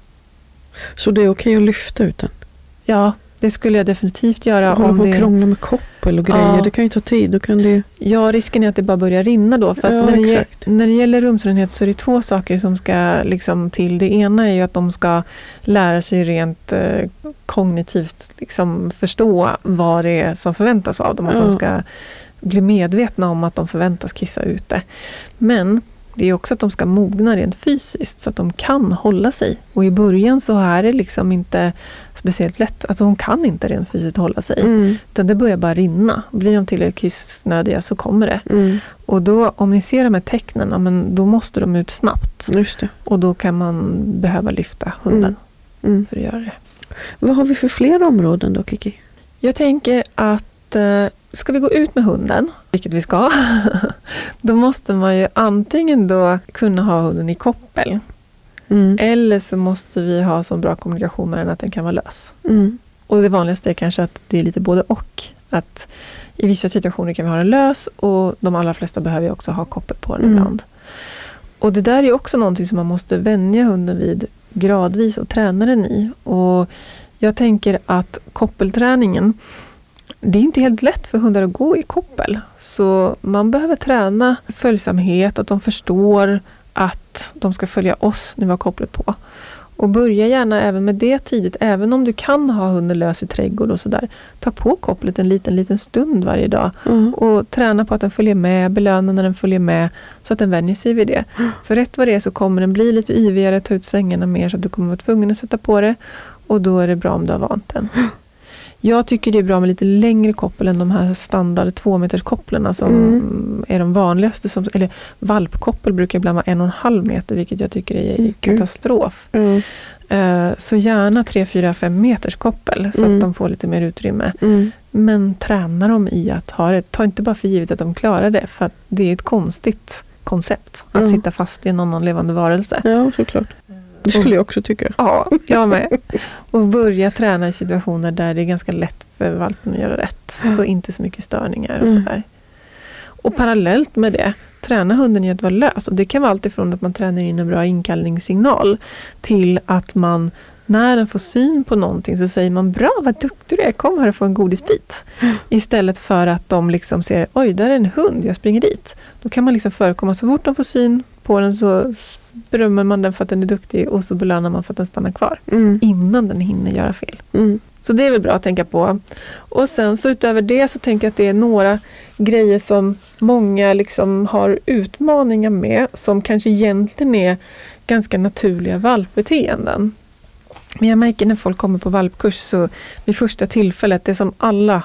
Så det är okej att lyfta ut den? Ja, det skulle jag definitivt göra. Om det krångla med koppel och grejer, det kan ju ta tid. Då kan det... Ja, risken är att det bara börjar rinna då. För att när det gäller rumsrenhet så är det 2 saker som ska liksom till. Det ena är ju att de ska lära sig rent kognitivt liksom förstå vad det är som förväntas av dem. Att de ska bli medvetna om att de förväntas kissa ute. Men det är också att de ska mogna rent fysiskt så att de kan hålla sig. Och i början så är det liksom inte speciellt lätt. Att de kan inte rent fysiskt hålla sig. Utan det börjar bara rinna. Blir de tillräckligt kissnödiga så kommer det. Och då, om ni ser de här tecknen, men då måste de ut snabbt. Just det. Och då kan man behöva lyfta hunden för att göra det. Vad har vi för fler områden då, Kiki? Jag tänker att ska vi gå ut med hunden, vilket vi ska, då måste man ju antingen då kunna ha hunden i koppel. Eller så måste vi ha så bra kommunikation med den att den kan vara lös. Och det vanligaste är kanske att det är lite både och. Att i vissa situationer kan vi ha den lös, och de allra flesta behöver ju också ha koppel på den ibland. Och det där är också någonting som man måste vänja hunden vid gradvis och träna den i. Och jag tänker att koppelträningen, det är inte helt lätt för hundar att gå i koppel. Så man behöver träna följsamhet, att de förstår att de ska följa oss när vi har kopplet på. Och börja gärna även med det tidigt. Även om du kan ha hunden lös i trädgård och sådär. Ta på kopplet en liten stund varje dag. Och träna på att den följer med. Belöna när den följer med. Så att den vänjer sig vid det. För rätt vad det är så kommer den bli lite yvigare. Ta ut svängarna mer så att du kommer vara tvungen att sätta på det. Och då är det bra om du har vant den. Jag tycker det är bra med lite längre koppel än de här standard 2-meters kopplarna som är de vanligaste. Eller valpkoppel brukar ibland vara 1,5 meter, vilket jag tycker är katastrof. Så gärna 3-4-5 meters koppel så att de får lite mer utrymme. Men träna dem i att ha det. Ta inte bara för givet att de klarar det, för att det är ett konstigt koncept att sitta fast i en annan levande varelse. Ja, såklart. Det skulle jag också tycka. Ja, jag med. Och börja träna i situationer där det är ganska lätt för valpen att göra rätt. Så inte så mycket störningar och sådär. Och parallellt med det, träna hunden i att vara lös. Och det kan vara allt ifrån att man tränar in en bra inkallningssignal till att man, när den får syn på någonting, så säger man bra, vad duktig du är, kom här och få en godisbit. Istället för att de liksom ser, oj, där är en hund, jag springer dit. Då kan man liksom förekomma, så fort de får syn på den så berömmer man den för att den är duktig, och så belönar man för att den stannar kvar innan den hinner göra fel. Så det är väl bra att tänka på. Och sen så utöver det så tänker jag att det är några grejer som många liksom har utmaningar med, som kanske egentligen är ganska naturliga valpbeteenden. Men jag märker när folk kommer på valpkurs, så vid första tillfället, det som alla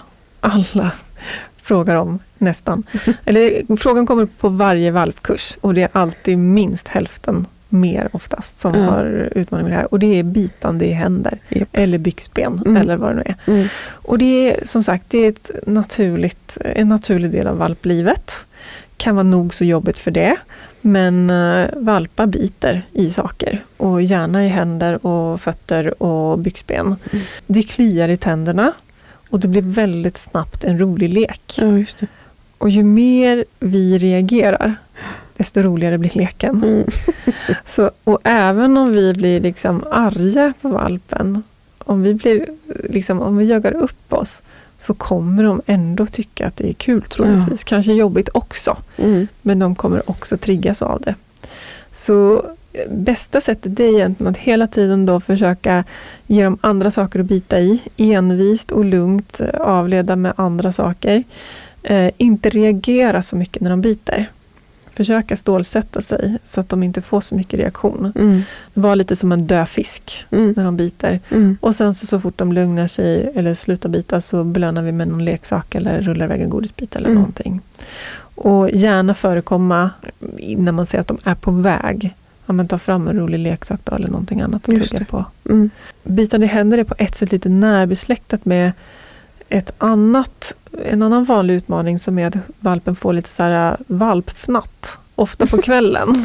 frågar om nästan. Eller frågan kommer på varje valpkurs, och det är alltid minst hälften mer oftast som har utmaning med det här. Och det är bitande i händer eller byxben eller vad det nu är. Och det är som sagt, det är en naturlig del av valplivet. Kan vara nog så jobbigt för det. Men valpar biter i saker, och gärna i händer och fötter och byxben. Det kliar i tänderna, och det blir väldigt snabbt en rolig lek. Ja, just det. Och ju mer vi reagerar, desto roligare blir leken. Så, och även om vi blir liksom arga på valpen, om vi jagar upp oss, så kommer de ändå tycka att det är kul, troligtvis. Kanske jobbigt också. Men de kommer också triggas av det. Så bästa sättet är egentligen att hela tiden då försöka ge dem andra saker att bita i. Envist och lugnt avleda med andra saker. Inte reagera så mycket när de biter. Försöka stålsätta sig så att de inte får så mycket reaktion. Var lite som en död fisk när de biter. Och sen så fort de lugnar sig eller slutar bita, så belönar vi med någon leksak eller rullar iväg en godisbit eller någonting. Och gärna förekomma när man ser att de är på väg. Ja, men ta fram en rolig leksak då, eller någonting annat att tugga på. Bitande händer är på ett sätt lite närbesläktat med En annan vanlig utmaning som är att valpen får lite så här valpfnatt, ofta på kvällen.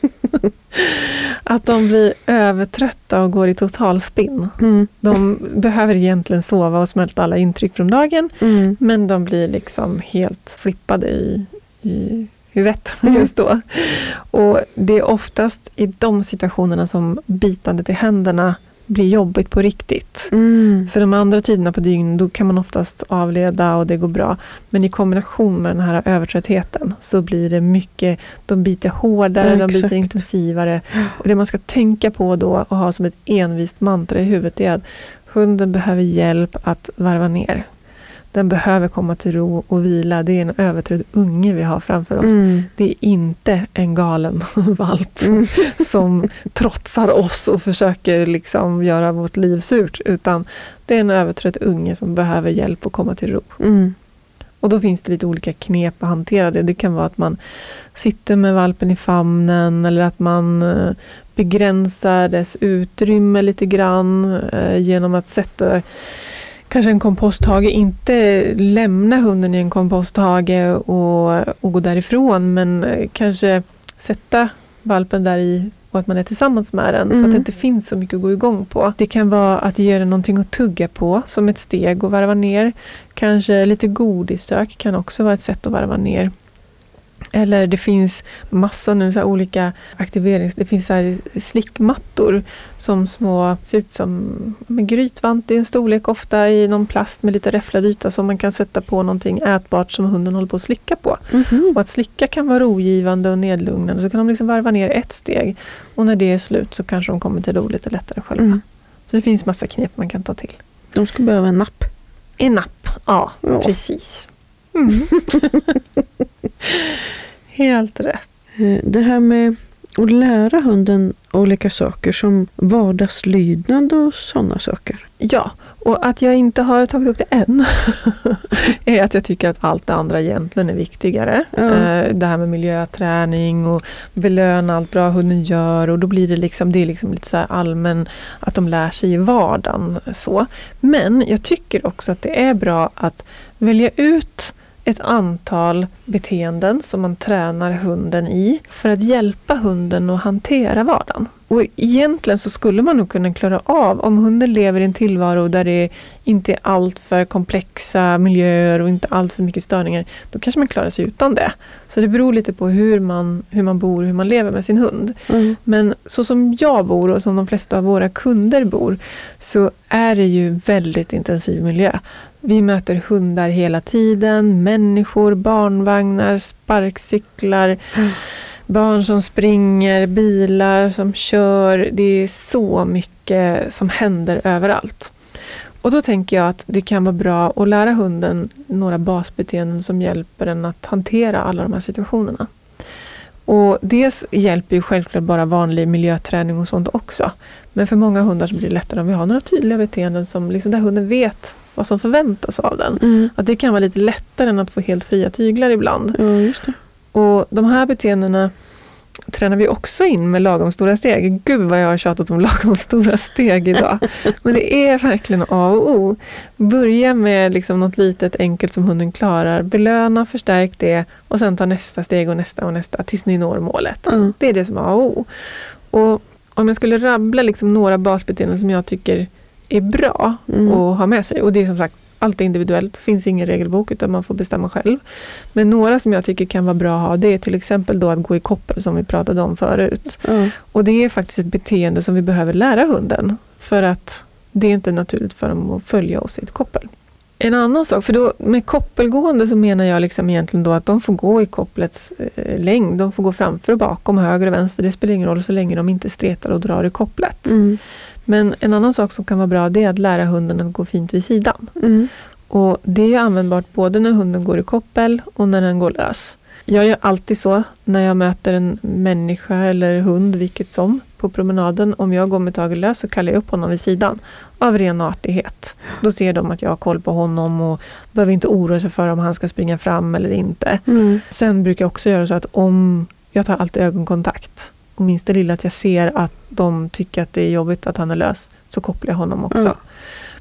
Att de blir övertrötta och går i totalspinn. De behöver egentligen sova och smälta alla intryck från dagen, men de blir liksom helt flippade i huvudet just då. Och det är oftast i de situationerna som bitandet i händerna blir jobbigt på riktigt. För de andra tiderna på dygnet då kan man oftast avleda och det går bra. Men i kombination med den här övertröttheten så blir det mycket, de biter hårdare, de biter intensivare. Och det man ska tänka på då och ha som ett envist mantra i huvudet är att hunden behöver hjälp att varva ner. Den behöver komma till ro och vila. Det är en övertrött unge vi har framför oss. Det är inte en galen valp som trotsar oss och försöker liksom göra vårt liv surt. Utan det är en övertrött unge som behöver hjälp att komma till ro. Och då finns det lite olika knep att hantera det. Det kan vara att man sitter med valpen i famnen eller att man begränsar dess utrymme lite grann genom att sätta kanske en komposthage, inte lämna hunden i en komposthage och gå därifrån, men kanske sätta valpen där i och att man är tillsammans med den så att det inte finns så mycket att gå igång på. Det kan vara att ge den någonting att tugga på som ett steg och varva ner. Kanske lite godissök kan också vara ett sätt att varva ner. Eller det finns massa nu så här olika det finns så här slickmattor som små, ser ut som grytvant i en storlek, ofta i någon plast med lite räfflad yta som man kan sätta på någonting ätbart som hunden håller på att slicka på. Och att slicka kan vara rogivande och nedlugnande, så kan de liksom varva ner ett steg och när det är slut så kanske de kommer till ro lite lättare själva. Så det finns massa knep man kan ta till. De skulle behöva en napp. En napp, ja. Precis. Helt rätt. Det här med att lära hunden olika saker som vardagslydnad och sådana saker. Ja, och att jag inte har tagit upp det än är att jag tycker att allt det andra egentligen är viktigare. Det här med miljöträning och belöna allt bra hunden gör, och då blir det liksom lite så här allmän att de lär sig i vardagen så. Men jag tycker också att det är bra att välja ut ett antal beteenden som man tränar hunden i för att hjälpa hunden att hantera vardagen. Och egentligen så skulle man nog kunna klara av, om hunden lever i en tillvaro där det inte är allt för komplexa miljöer och inte allt för mycket störningar, då kanske man klarar sig utan det. Så det beror lite på hur man bor och hur man lever med sin hund. Men så som jag bor och som de flesta av våra kunder bor, så är det ju väldigt intensiv miljö. Vi möter hundar hela tiden, människor, barnvagnar, sparkcyklar, barn som springer, bilar som kör. Det är så mycket som händer överallt. Och då tänker jag att det kan vara bra att lära hunden några basbeteenden som hjälper den att hantera alla de här situationerna. Och det hjälper ju självklart bara vanlig miljöträning och sånt också. Men för många hundar så blir det lättare om vi har några tydliga beteenden som liksom där hunden vet vad som förväntas av den. Att det kan vara lite lättare än att få helt fria tyglar ibland. Ja, just det. Och de här beteendena tränar vi också in med lagom stora steg. Gud vad jag har tjatat om lagom stora steg idag. Men det är verkligen A och O. Börja med liksom något litet enkelt som hunden klarar. Belöna, förstärk det och sen ta nästa steg och nästa tills ni når målet. Det är det som är A och O. Och om jag skulle rabbla liksom några basbeteenden som jag tycker är bra att ha med sig. Och det är som sagt, allt är individuellt. Det finns ingen regelbok utan man får bestämma själv. Men några som jag tycker kan vara bra att ha, det är till exempel då att gå i koppel som vi pratade om förut. Och det är faktiskt ett beteende som vi behöver lära hunden. För att det är inte naturligt för dem att följa oss i ett koppel. En annan sak, för då med koppelgående så menar jag liksom egentligen då att de får gå i kopplets längd. De får gå framför och bakom, höger och vänster. Det spelar ingen roll så länge de inte stretar och drar i kopplet. Men en annan sak som kan vara bra, det är att lära hunden att gå fint vid sidan. Och det är ju användbart både när hunden går i koppel och när den går lös. Jag gör alltid så när jag möter en människa eller hund, vilket som, på promenaden. Om jag går med Tage lös så kallar jag upp honom vid sidan av ren artighet. Då ser de att jag har koll på honom och behöver inte oroa sig för om han ska springa fram eller inte. Sen brukar jag också göra så att om jag tar alltid ögonkontakt och minst det lilla att jag ser att de tycker att det är jobbigt att han är lös, så kopplar jag honom också.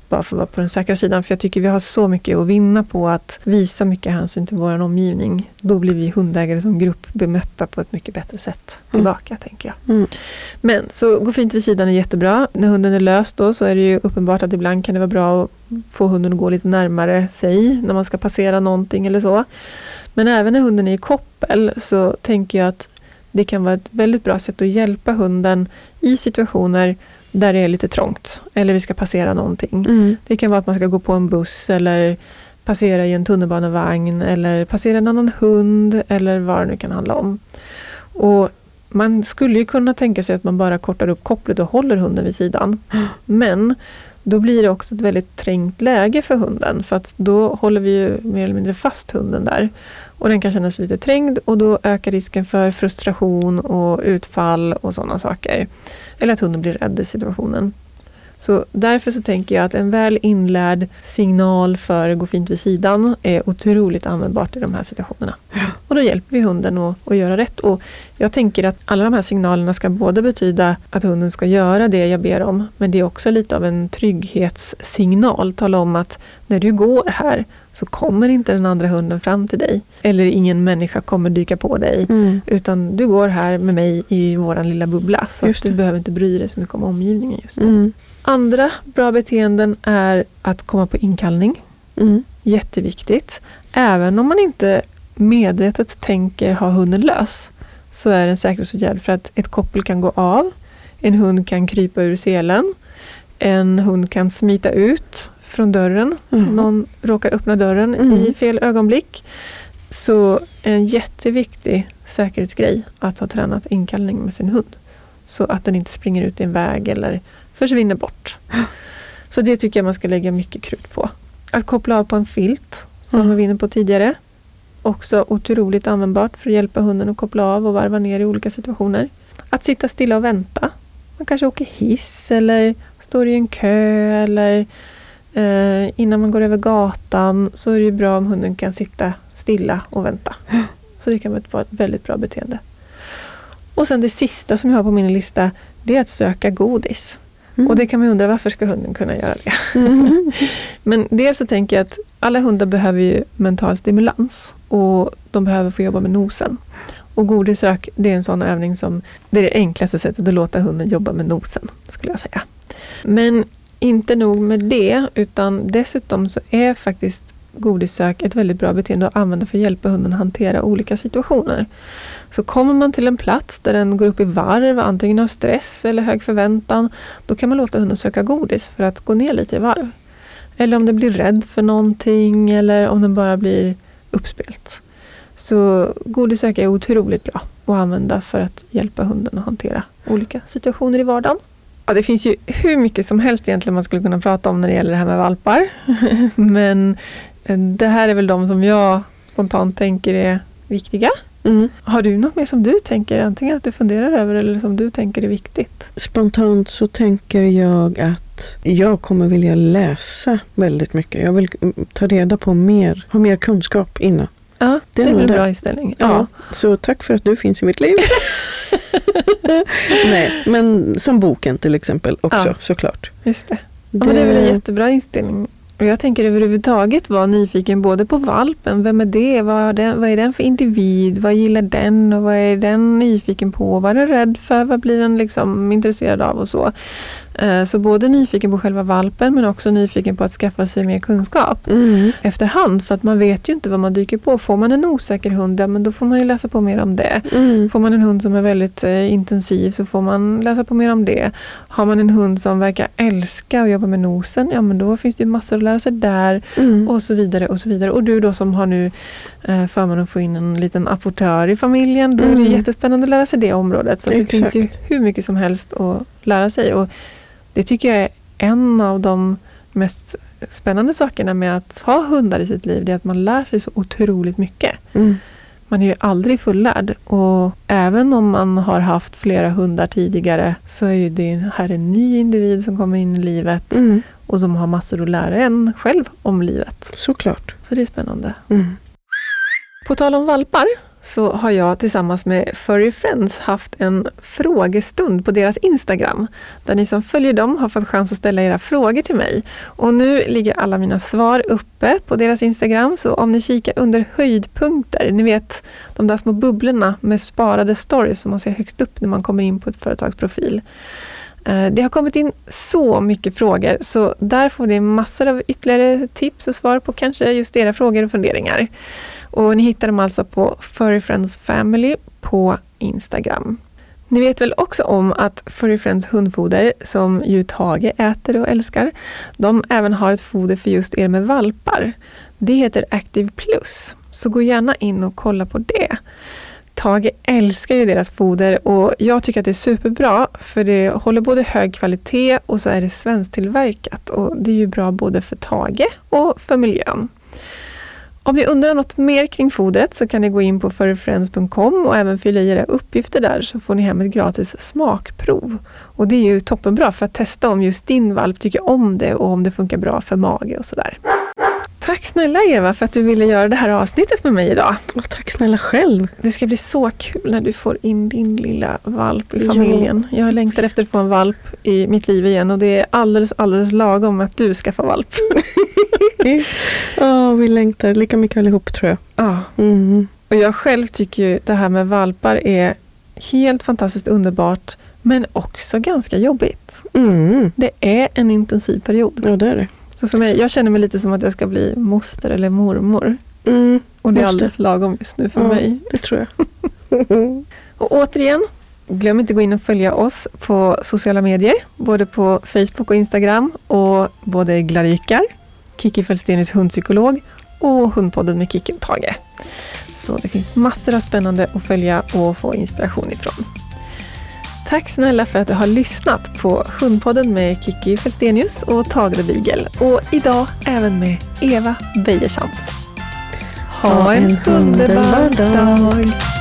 bara för att vara på den säkra sidan. För jag tycker vi har så mycket att vinna på att visa mycket hänsyn till vår omgivning. Då blir vi hundägare som grupp bemötta på ett mycket bättre sätt tillbaka, tänker jag. Mm. Men så gå fint vid sidan är jättebra. När hunden är lös då så är det ju uppenbart att ibland kan det vara bra att få hunden att gå lite närmare sig när man ska passera någonting eller så. Men även när hunden är i koppel så tänker jag att det kan vara ett väldigt bra sätt att hjälpa hunden i situationer där det är lite trångt eller vi ska passera någonting. Mm. Det kan vara att man ska gå på en buss eller passera i en tunnelbanevagn eller passera en annan hund eller vad det nu kan handla om. Och man skulle ju kunna tänka sig att man bara kortar upp kopplet och håller hunden vid sidan. Men då blir det också ett väldigt trängt läge för hunden. För att då håller vi ju mer eller mindre fast hunden där. Och den kan känna sig lite trängd och då ökar risken för frustration och utfall och sådana saker. Eller att hunden blir rädd i situationen. Så därför så tänker jag att en väl inlärd signal för gå fint vid sidan är otroligt användbart i de här situationerna. Och då hjälper vi hunden att göra rätt. Och jag tänker att alla de här signalerna ska både betyda att hunden ska göra det jag ber om. Men det är också lite av en trygghetssignal. Tala om att när du går här så kommer inte den andra hunden fram till dig. Eller ingen människa kommer dyka på dig. Mm. Utan du går här med mig i våran lilla bubbla. Så att du behöver inte bry dig så mycket om omgivningen just nu. Mm. Andra bra beteenden är att komma på inkallning. Mm. Jätteviktigt. Även om man inte medvetet tänker ha hunden lös så är det en säkerhetsåtgärd för att ett koppel kan gå av. En hund kan krypa ur selen. En hund kan smita ut från dörren. Mm. Någon råkar öppna dörren i fel ögonblick. Så en jätteviktig säkerhetsgrej att ha tränat inkallning med sin hund. Så att den inte springer ut i en väg eller försvinner bort. Så det tycker jag man ska lägga mycket krut på. Att koppla av på en filt som vi var inne på tidigare. Också otroligt användbart för att hjälpa hunden att koppla av och varva ner i olika situationer. Att sitta stilla och vänta. Man kanske åker hiss eller står i en kö eller innan man går över gatan så är det bra om hunden kan sitta stilla och vänta. Så det kan vara ett väldigt bra beteende. Och sen det sista som jag har på min lista, det är att söka godis. Mm. Och det kan man undra, varför ska hunden kunna göra det? Mm. Men dels så tänker jag att alla hundar behöver ju mental stimulans. Och de behöver få jobba med nosen. Och godissök, det är en sån övning som, det är det enklaste sättet att låta hunden jobba med nosen, skulle jag säga. Men inte nog med det, utan dessutom så är faktiskt godissök ett väldigt bra beteende att använda för att hjälpa hunden att hantera olika situationer. Så kommer man till en plats där den går upp i varv, antingen av stress eller hög förväntan, då kan man låta hunden söka godis för att gå ner lite i varv. Eller om den blir rädd för någonting eller om den bara blir uppspelt. Så godissök är otroligt bra att använda för att hjälpa hunden att hantera olika situationer i vardagen. Ja, det finns ju hur mycket som helst egentligen man skulle kunna prata om när det gäller det här med valpar. Men det här är väl de som jag spontant tänker är viktiga. Mm. Har du något mer som du tänker, antingen att du funderar över eller som du tänker är viktigt? Spontant så tänker jag att jag kommer vilja läsa väldigt mycket. Jag vill ta reda på mer, ha mer kunskap innan. Ja, det är väl en bra inställning. Ja, så tack för att du finns i mitt liv. Nej, men som boken till exempel också, såklart. Just det. Ja, men det är väl en jättebra inställning. Och jag tänker överhuvudtaget vara nyfiken både på valpen. Vem är det? Vad är den för individ? Vad gillar den? Och vad är den nyfiken på? Vad är den rädd för? Vad blir den liksom intresserad av och så? Så både nyfiken på själva valpen men också nyfiken på att skaffa sig mer kunskap efterhand. För att man vet ju inte vad man dyker på. Får man en osäker hund, men då får man ju läsa på mer om det. Får man en hund som är väldigt intensiv så får man läsa på mer om det. Har man en hund som verkar älska att jobba med nosen, ja men då finns det ju massor att lära sig där och så vidare och så vidare. Och du då som har nu förmånen att få in en liten apportör i familjen, då är det jättespännande att lära sig det området. Så det finns ju hur mycket som helst att lära sig. Och det tycker jag är en av de mest spännande sakerna med att ha hundar i sitt liv. Det är att man lär sig så otroligt mycket. Man är ju aldrig fullärd. Och även om man har haft flera hundar tidigare så är ju det här en ny individ som kommer in i livet. Och som har massor att lära en själv om livet. Såklart. Så det är spännande. På tal om valpar så har jag tillsammans med Furry Friends haft en frågestund på deras Instagram. Där ni som följer dem har fått chans att ställa era frågor till mig. Och nu ligger alla mina svar uppe på deras Instagram. Så om ni kikar under höjdpunkter, ni vet de där små bubblorna med sparade stories som man ser högst upp när man kommer in på ett företagsprofil. Det har kommit in så mycket frågor, så där får ni massor av ytterligare tips och svar på kanske just era frågor och funderingar. Och ni hittar dem alltså på Furry Friends Family på Instagram. Ni vet väl också om att Furry Friends hundfoder, som ju Tage äter och älskar, de även har ett foder för just er med valpar. Det heter Active Plus, så gå gärna in och kolla på det. Tage älskar ju deras foder och jag tycker att det är superbra, för det håller både hög kvalitet och så är det svensktillverkat, och det är ju bra både för Tage och för miljön. Om ni undrar något mer kring fodret så kan ni gå in på furryfriends.com och även fylla i era uppgifter där, så får ni hem ett gratis smakprov. Och det är ju toppenbra för att testa om just din valp tycker om det och om det funkar bra för mage och sådär. Tack snälla Eva för att du ville göra det här avsnittet med mig idag. Och tack snälla själv. Det ska bli så kul när du får in din lilla valp i familjen. Ja. Jag längtar efter att få en valp i mitt liv igen, och det är alldeles lagom att du ska få valp. Vi längtar lika mycket allihop, tror jag. Ja. Och jag själv tycker ju det här med valpar är helt fantastiskt underbart, men också ganska jobbigt. Det är en intensiv period. Ja, det är det. Så för mig, jag känner mig lite som att jag ska bli moster eller mormor. Och det är alldeles lagom just nu för mig. Det tror jag. Och återigen, glöm inte att gå in och följa oss på sociala medier. Både på Facebook och Instagram. Och både Glarikar, Kiki Fälstenius hundpsykolog, och Hundpodden med Kiki och Tage. Så det finns massor av spännande att följa och få inspiration ifrån. Tack snälla för att du har lyssnat på Hundpodden med Kiki Fälstenius och Tage the Beagle. Och idag även med Eva Bejersam. Ha en underbar dag!